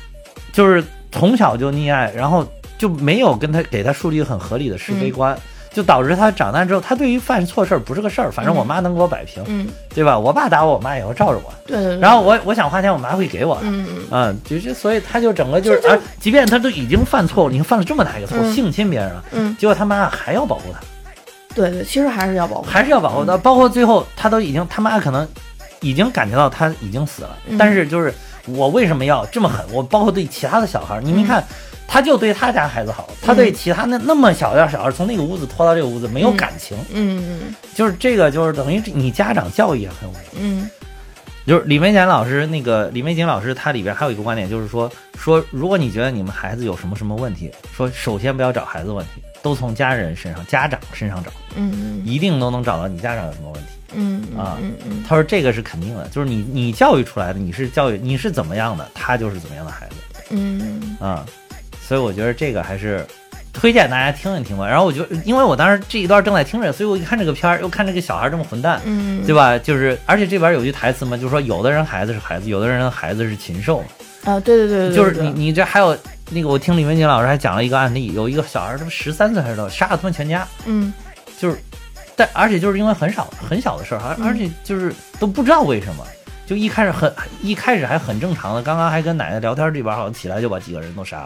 就是从小就溺爱，然后就没有给他树立很合理的是非观。 就导致他长大之后，他对于犯错事儿不是个事儿，反正我妈能给我摆平，对吧？我爸打我，我妈也会罩着我， 对。 然后我想花钱，我妈会给我，就是所以他就整个就是，即便他都已经犯错误，你看犯了这么大一个错，性侵别人了，结果他妈还要保护他， 对，其实还是要保护他，包括最后他都已经他妈可能已经感觉到他已经死了，但是就是我为什么要这么狠？我包括对其他的小孩，你没看。他就对他家孩子好，他对其他那么小的小孩从那个屋子拖到这个屋子没有感情，就是这个就是等于你家长教育也很有用，就是李玫瑾老师他里边还有一个观点，就是说如果你觉得你们孩子有什么问题，说首先不要找孩子问题，都从家长身上找，一定都能找到你家长有什么问题，他说这个是肯定的，就是你教育出来的，你是怎么样的，他就是怎么样的孩子，所以我觉得这个还是推荐大家听一听吧。然后我觉得，因为我当时这一段正在听着，所以我一看这个片儿，又看这个小孩这么混蛋，对吧？就是而且这边有句台词嘛，就是说有的人孩子是孩子，有的人孩子是禽兽啊。对， 就是你这还有那个，我听李玫瑾老师还讲了一个案例，有一个小孩，他们13岁还是多少，杀了他们全家，就是而且就是因为很小的事儿，而且就是都不知道为什么。就一开始还很正常的，刚刚还跟奶奶聊天，这边好像起来就把几个人都杀了。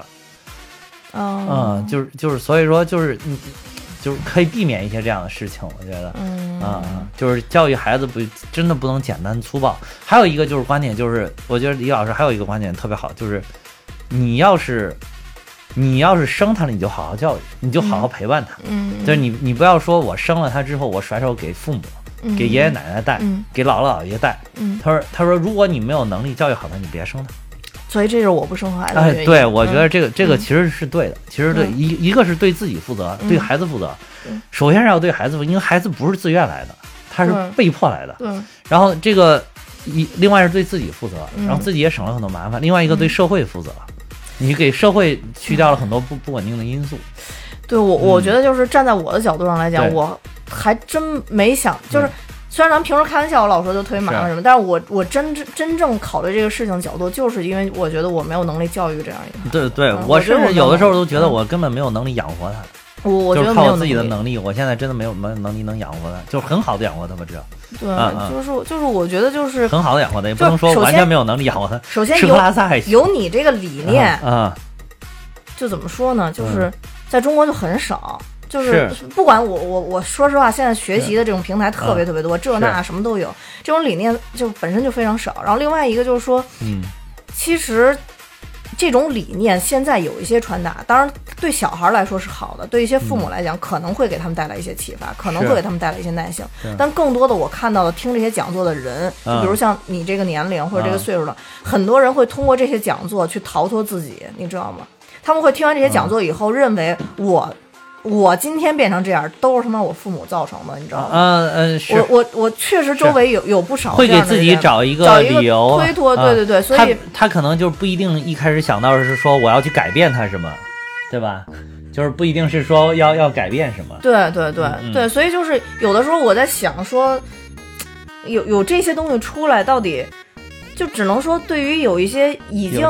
就是所以说就是可以避免一些这样的事情，我觉得，就是教育孩子真的不能简单粗暴。还有一个就是观点，就是我觉得李老师还有一个观点特别好，就是你要是生他了，你就好好教育，你就好好陪伴他，就是你不要说我生了他之后我甩手给父母，给爷爷奶奶带，给姥姥姥爷带，他说如果你没有能力教育好他，你别生他。 所以这是我不生孩子的原因。 对，我觉得这个其实是对的，其实对一个是对自己负责，对孩子负责。首先是要对孩子负责，因为孩子不是自愿来的，他是被迫来的。然后这个另外是对自己负责，然后自己也省了很多麻烦。另外一个对社会负责，你给社会去掉了很多不稳定的因素。 对，我觉得就是站在我的角度上来讲，我还真没想就是。虽然咱们平时开玩笑，我老说就推马什么，但是我真正考虑这个事情角度，就是因为我觉得我没有能力教育这样一个。对， 我甚至有的时候都觉得我根本没有能力养活他。 我觉得靠我自己的能力，我现在真的没有能力能养活他，就是很好的养活他吧，这。 对，就是我觉得就是很好的养活他，也不能说完全没有能力养活他。 首先吃喝拉撒还行。 有你这个理念就怎么说呢？就是在中国就很少。就是不管我说实话，现在学习的这种平台特别多，这那什么都有，这种理念就本身就非常少。然后另外一个就是说，其实这种理念现在有一些传达，当然对小孩来说是好的，对一些父母来讲可能会给他们带来一些启发，可能会给他们带来一些耐性。但更多的我看到的听这些讲座的人，就比如像你这个年龄或者这个岁数的，很多人会通过这些讲座去逃脱自己，你知道吗？他们会听完这些讲座以后，认为我今天变成这样都是他妈我父母造成的，你知道吗？ 是我确实周围有不少会给自己找一个理由推脱，对，所以他可能就不一定一开始想到的是说我要去改变他什么，对吧？就是不一定是说要改变什么。 对，所以就是有的时候我在想说，有这些东西出来，到底就只能说对于有一些已经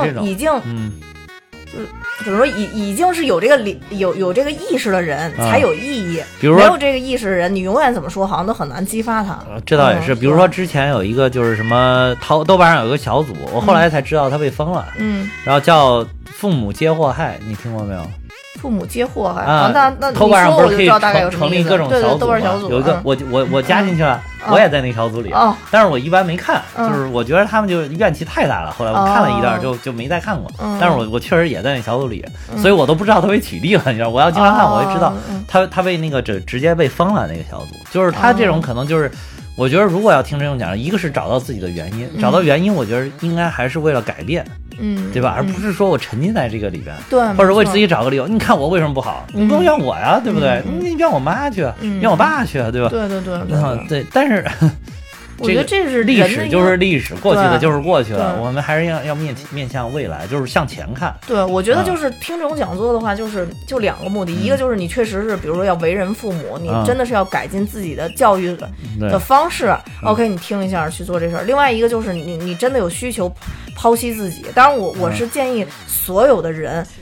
就是说已经是有这个有这个意识的人才有意义，比如说没有这个意识的人，你永远怎么说好像都很难激发他。 这倒也是，比如说之前有一个就是什么豆瓣上有一个小组，我后来才知道他被封了，然后叫父母皆祸害，你听过没有？ 父母皆祸害那豆瓣上不是可以成立各种小组吗？有一个我加进去了，我也在那小组里，但是我一般没看，就是我觉得他们就怨气太大了。后来我看了一段就没再看过，但是我确实也在那小组里，所以我都不知道他被取缔了。你知道，我要经常看，我就知道他被那个直接被封了那个小组。就是他这种可能就是。我觉得如果要听这种讲，一个是找到自己的原因，找到原因，我觉得应该还是为了改变，对吧？而不是说我沉浸在这个里边， 对， 或者为自己找个理由。你看我为什么不好？你不能怨我呀，对不对？你怨我妈去，怨我爸去，对吧？ 对， 但是。 我觉得这是历史，就是历史，过去的就是过去了。我们还是要面向未来，就是向前看。 对，我觉得就是听这种讲座的话，就两个目的，一个就是你确实是，比如说要为人父母，你真的是要改进自己的教育的方式。OK， 你听一下去做这事儿。另外一个就是你真的有需求，剖析自己。当然我是建议所有的人。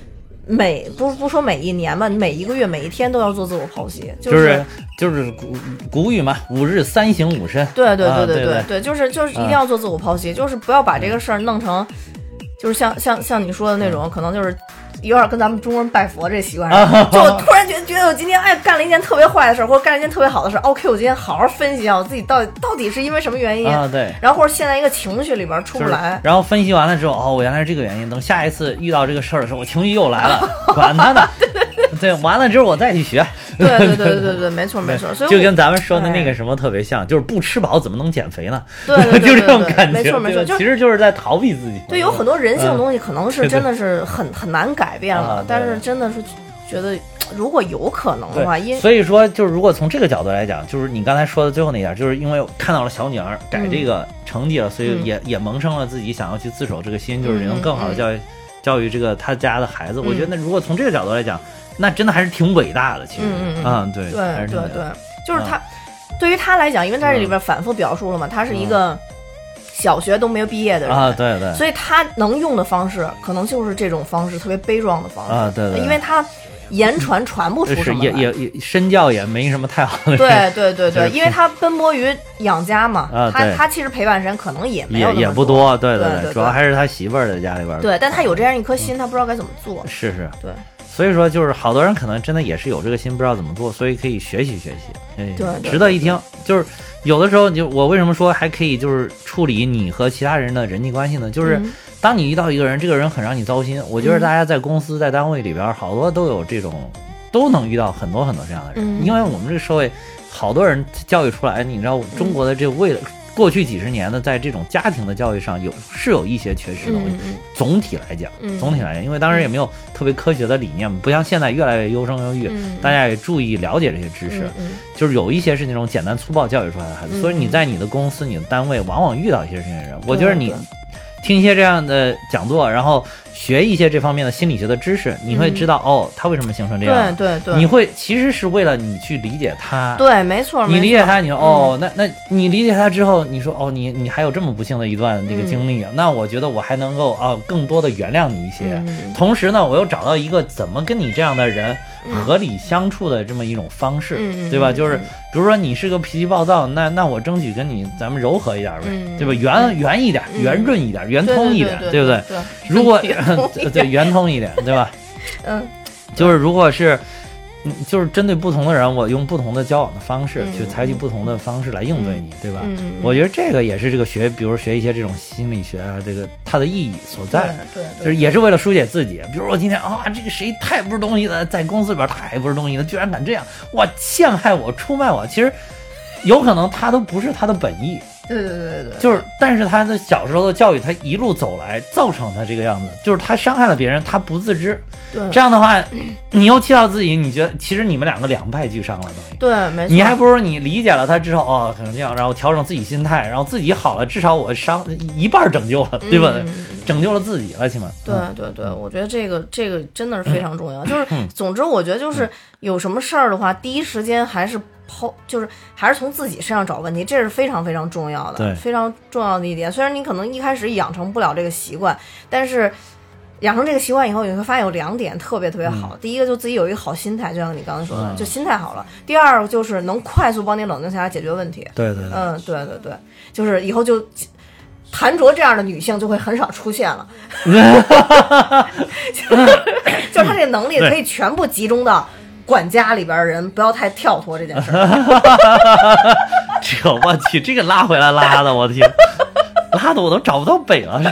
不说每一年吧，每一个月每一天都要做自我剖析， 就是古语嘛，5日3省吾身。 对，就是一定要做自我剖析，就是不要把这个事儿弄成，就是像你说的那种，可能就是有点跟咱们中国人拜佛这习惯似的，就我突然觉得我今天干了一件特别坏的事儿，或者干了一件特别好的事儿 ，OK， 我今天好好分析一下我自己到底是因为什么原因对， 然后或者陷在一个情绪里边出不来， 然后分析完了之后，我原来是这个原因，等下一次遇到这个事儿的时候，我情绪又来了，管他呢。对，完了之后我再去学。 对，没错，所以就跟咱们说的那个什么特别像，就是不吃饱怎么能减肥呢？ 对， 就这种感觉， 没错， 其实就是在逃避自己。 对，有很多人性的东西可能是真的是很难改变了，但是真的是觉得如果有可能的话， 所以说就是如果从这个角度来讲，就是你刚才说的最后那点，就是因为看到了小女儿改这个成绩了，所以也萌生了自己想要去自首这个心，就是能更好的教育这个他家的孩子。我觉得如果从这个角度来讲，那真的还是挺伟大的，其实，对， 就是他，对于他来讲，因为在这里边反复表述了嘛，他是一个小学都没有毕业的人对， 所以他能用的方式可能就是这种方式，特别悲壮的方式对， 因为他言传不出什么来， 也身教也没什么太好的， 对，因为他奔波于养家嘛，他其实陪伴时间可能也没有也不多，对，主要还是他媳妇儿在家里边， 对，但他有这样一颗心，他不知道该怎么做， 是， 对。 所以说，就是好多人可能真的也是有这个心，不知道怎么做，所以可以学习， 对， 值得一听。就是有的时候，我为什么说还可以就是处理你和其他人的人际关系呢？就是当你遇到一个人，这个人很让你糟心，我觉得大家在公司在单位里边，好多都有这种，都能遇到很多这样的人，因为我们这个社会，好多人教育出来，你知道中国的这为了。过去几十年的，在这种家庭的教育上有一些缺失的。总体来讲，因为当时也没有特别科学的理念，不像现在越来越优生优育，大家也注意了解这些知识。就是有一些是那种简单粗暴教育出来的孩子，所以你在你的公司、你的单位，往往遇到一些这些人。我觉得你听一些这样的讲座，然后学一些这方面的心理学的知识，你会知道他为什么形成这样。 对， 你会其实是为了你去理解他。 对，没错。 你理解他，你说那你理解他之后，你说你还有这么不幸的一段这个经历，那我觉得我还能够更多的原谅你一些。同时呢，我又找到一个怎么跟你这样的人合理相处的这么一种方式，对吧？就是比如说你是个脾气暴躁，那我争取跟你咱们柔和一点呗，对吧？圆一点，圆润一点，圆通一点，对不对？如果对圆通一点，对吧？就是如果是就是针对不同的人，我用不同的交往的方式去采取不同的方式来应对你，对吧？我觉得这个也是这个比如学一些这种心理学啊，这个它的意义所在。 对， 就是也是为了疏解自己。比如我今天这个谁太不是东西了，在公司里边太不是东西了，居然敢这样，哇，陷害我，出卖我。其实有可能他都不是他的本意。 对， 就是但是他的小时候的教育，他一路走来造成他这个样子，就是他伤害了别人，他不自知。 对， 这样的话你又气到自己，你觉得其实你们两个两败俱伤了，等于。 对，没错。 你还不如你理解了他之后可能这样，然后调整自己心态，然后自己好了，至少我一半拯救了，对吧？拯救了自己了，起码。 对，我觉得这个真的是非常重要。就是总之我觉得就是有什么事儿的话，第一时间还是从自己身上找问题，这是非常非常重要的，非常重要的一点。虽然你可能一开始养成不了这个习惯，但是养成这个习惯以后，你会发现有2点特别特别好。第一个就自己有一个好心态，就像你刚才说的，就心态好了。第二就是能快速帮你冷静下来解决问题。 对， 对，就是以后就谭卓这样的女性就会很少出现了，就是她这个能力可以全部集中到管家里边人不要太跳脱这件事。 这我去，这个拉回来拉的，我天，拉的我都找不到北了。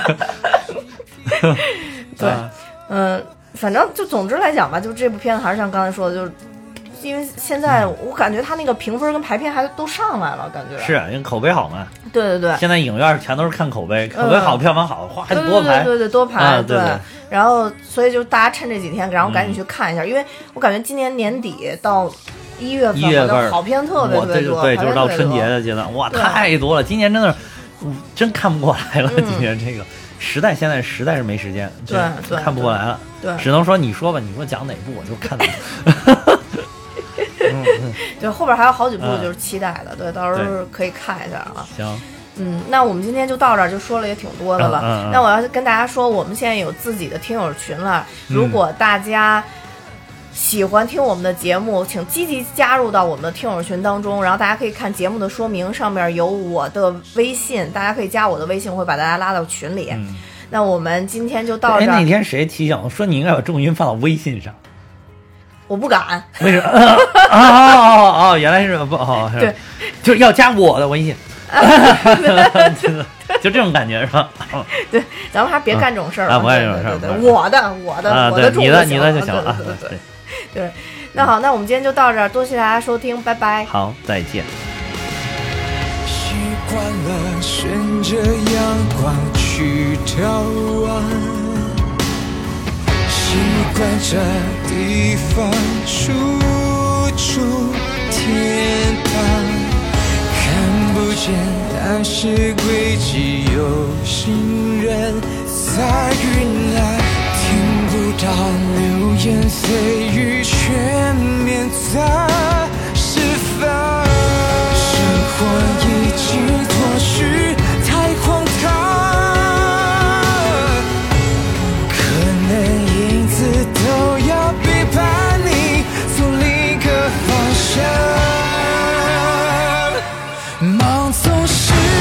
对，反正就总之来讲吧，就这部片子还是像刚才说的，就是因为现在我感觉他那个评分跟排片还都上来了，感觉是因为口碑好嘛。 对， 现在影院全都是看口碑，口碑好，票房好，还多排。 对，多排。 对。 然后，所以就大家趁这几天，然后赶紧去看一下，因为我感觉今年年底到1月份好片特别多。 对，就是到春节的阶段，哇，太多了。今年真的真看不过来了，今年这个时代现在实在是没时间， 对， 看不过来了。 对， 只能说你说吧，你说讲哪部我就看哪部。 对，后边还有好几部就是期待的，对，到时候可以看一下啊。 行， 那我们今天就到这儿，就说了也挺多的了。那我要跟大家说，我们现在有自己的听友群了，如果大家喜欢听我们的节目，请积极加入到我们的听友群当中，然后大家可以看节目的说明，上面有我的微信，大家可以加我的微信，我会把大家拉到群里。那我们今天就到这儿。 那天谁提醒我说你应该把重音放到微信上？ 我不敢。 为什么？原来是不对， 就是要加我的微信。就这种感觉是吧？ 对，咱们还别干这种事儿了。 不干这种事儿。 对，我的重要，你的就行了。 对，那好，那我们今天就到这儿，多谢大家收听，拜拜。 好，再见。 习惯了顺着阳光去眺望，习惯这地方处处天堂。看不见，但是轨迹有行人在云来，听不到流言蜚语，全面在释放。生活已经脱序，太荒唐，可能影子都要背叛你，走另一个方向。忙总是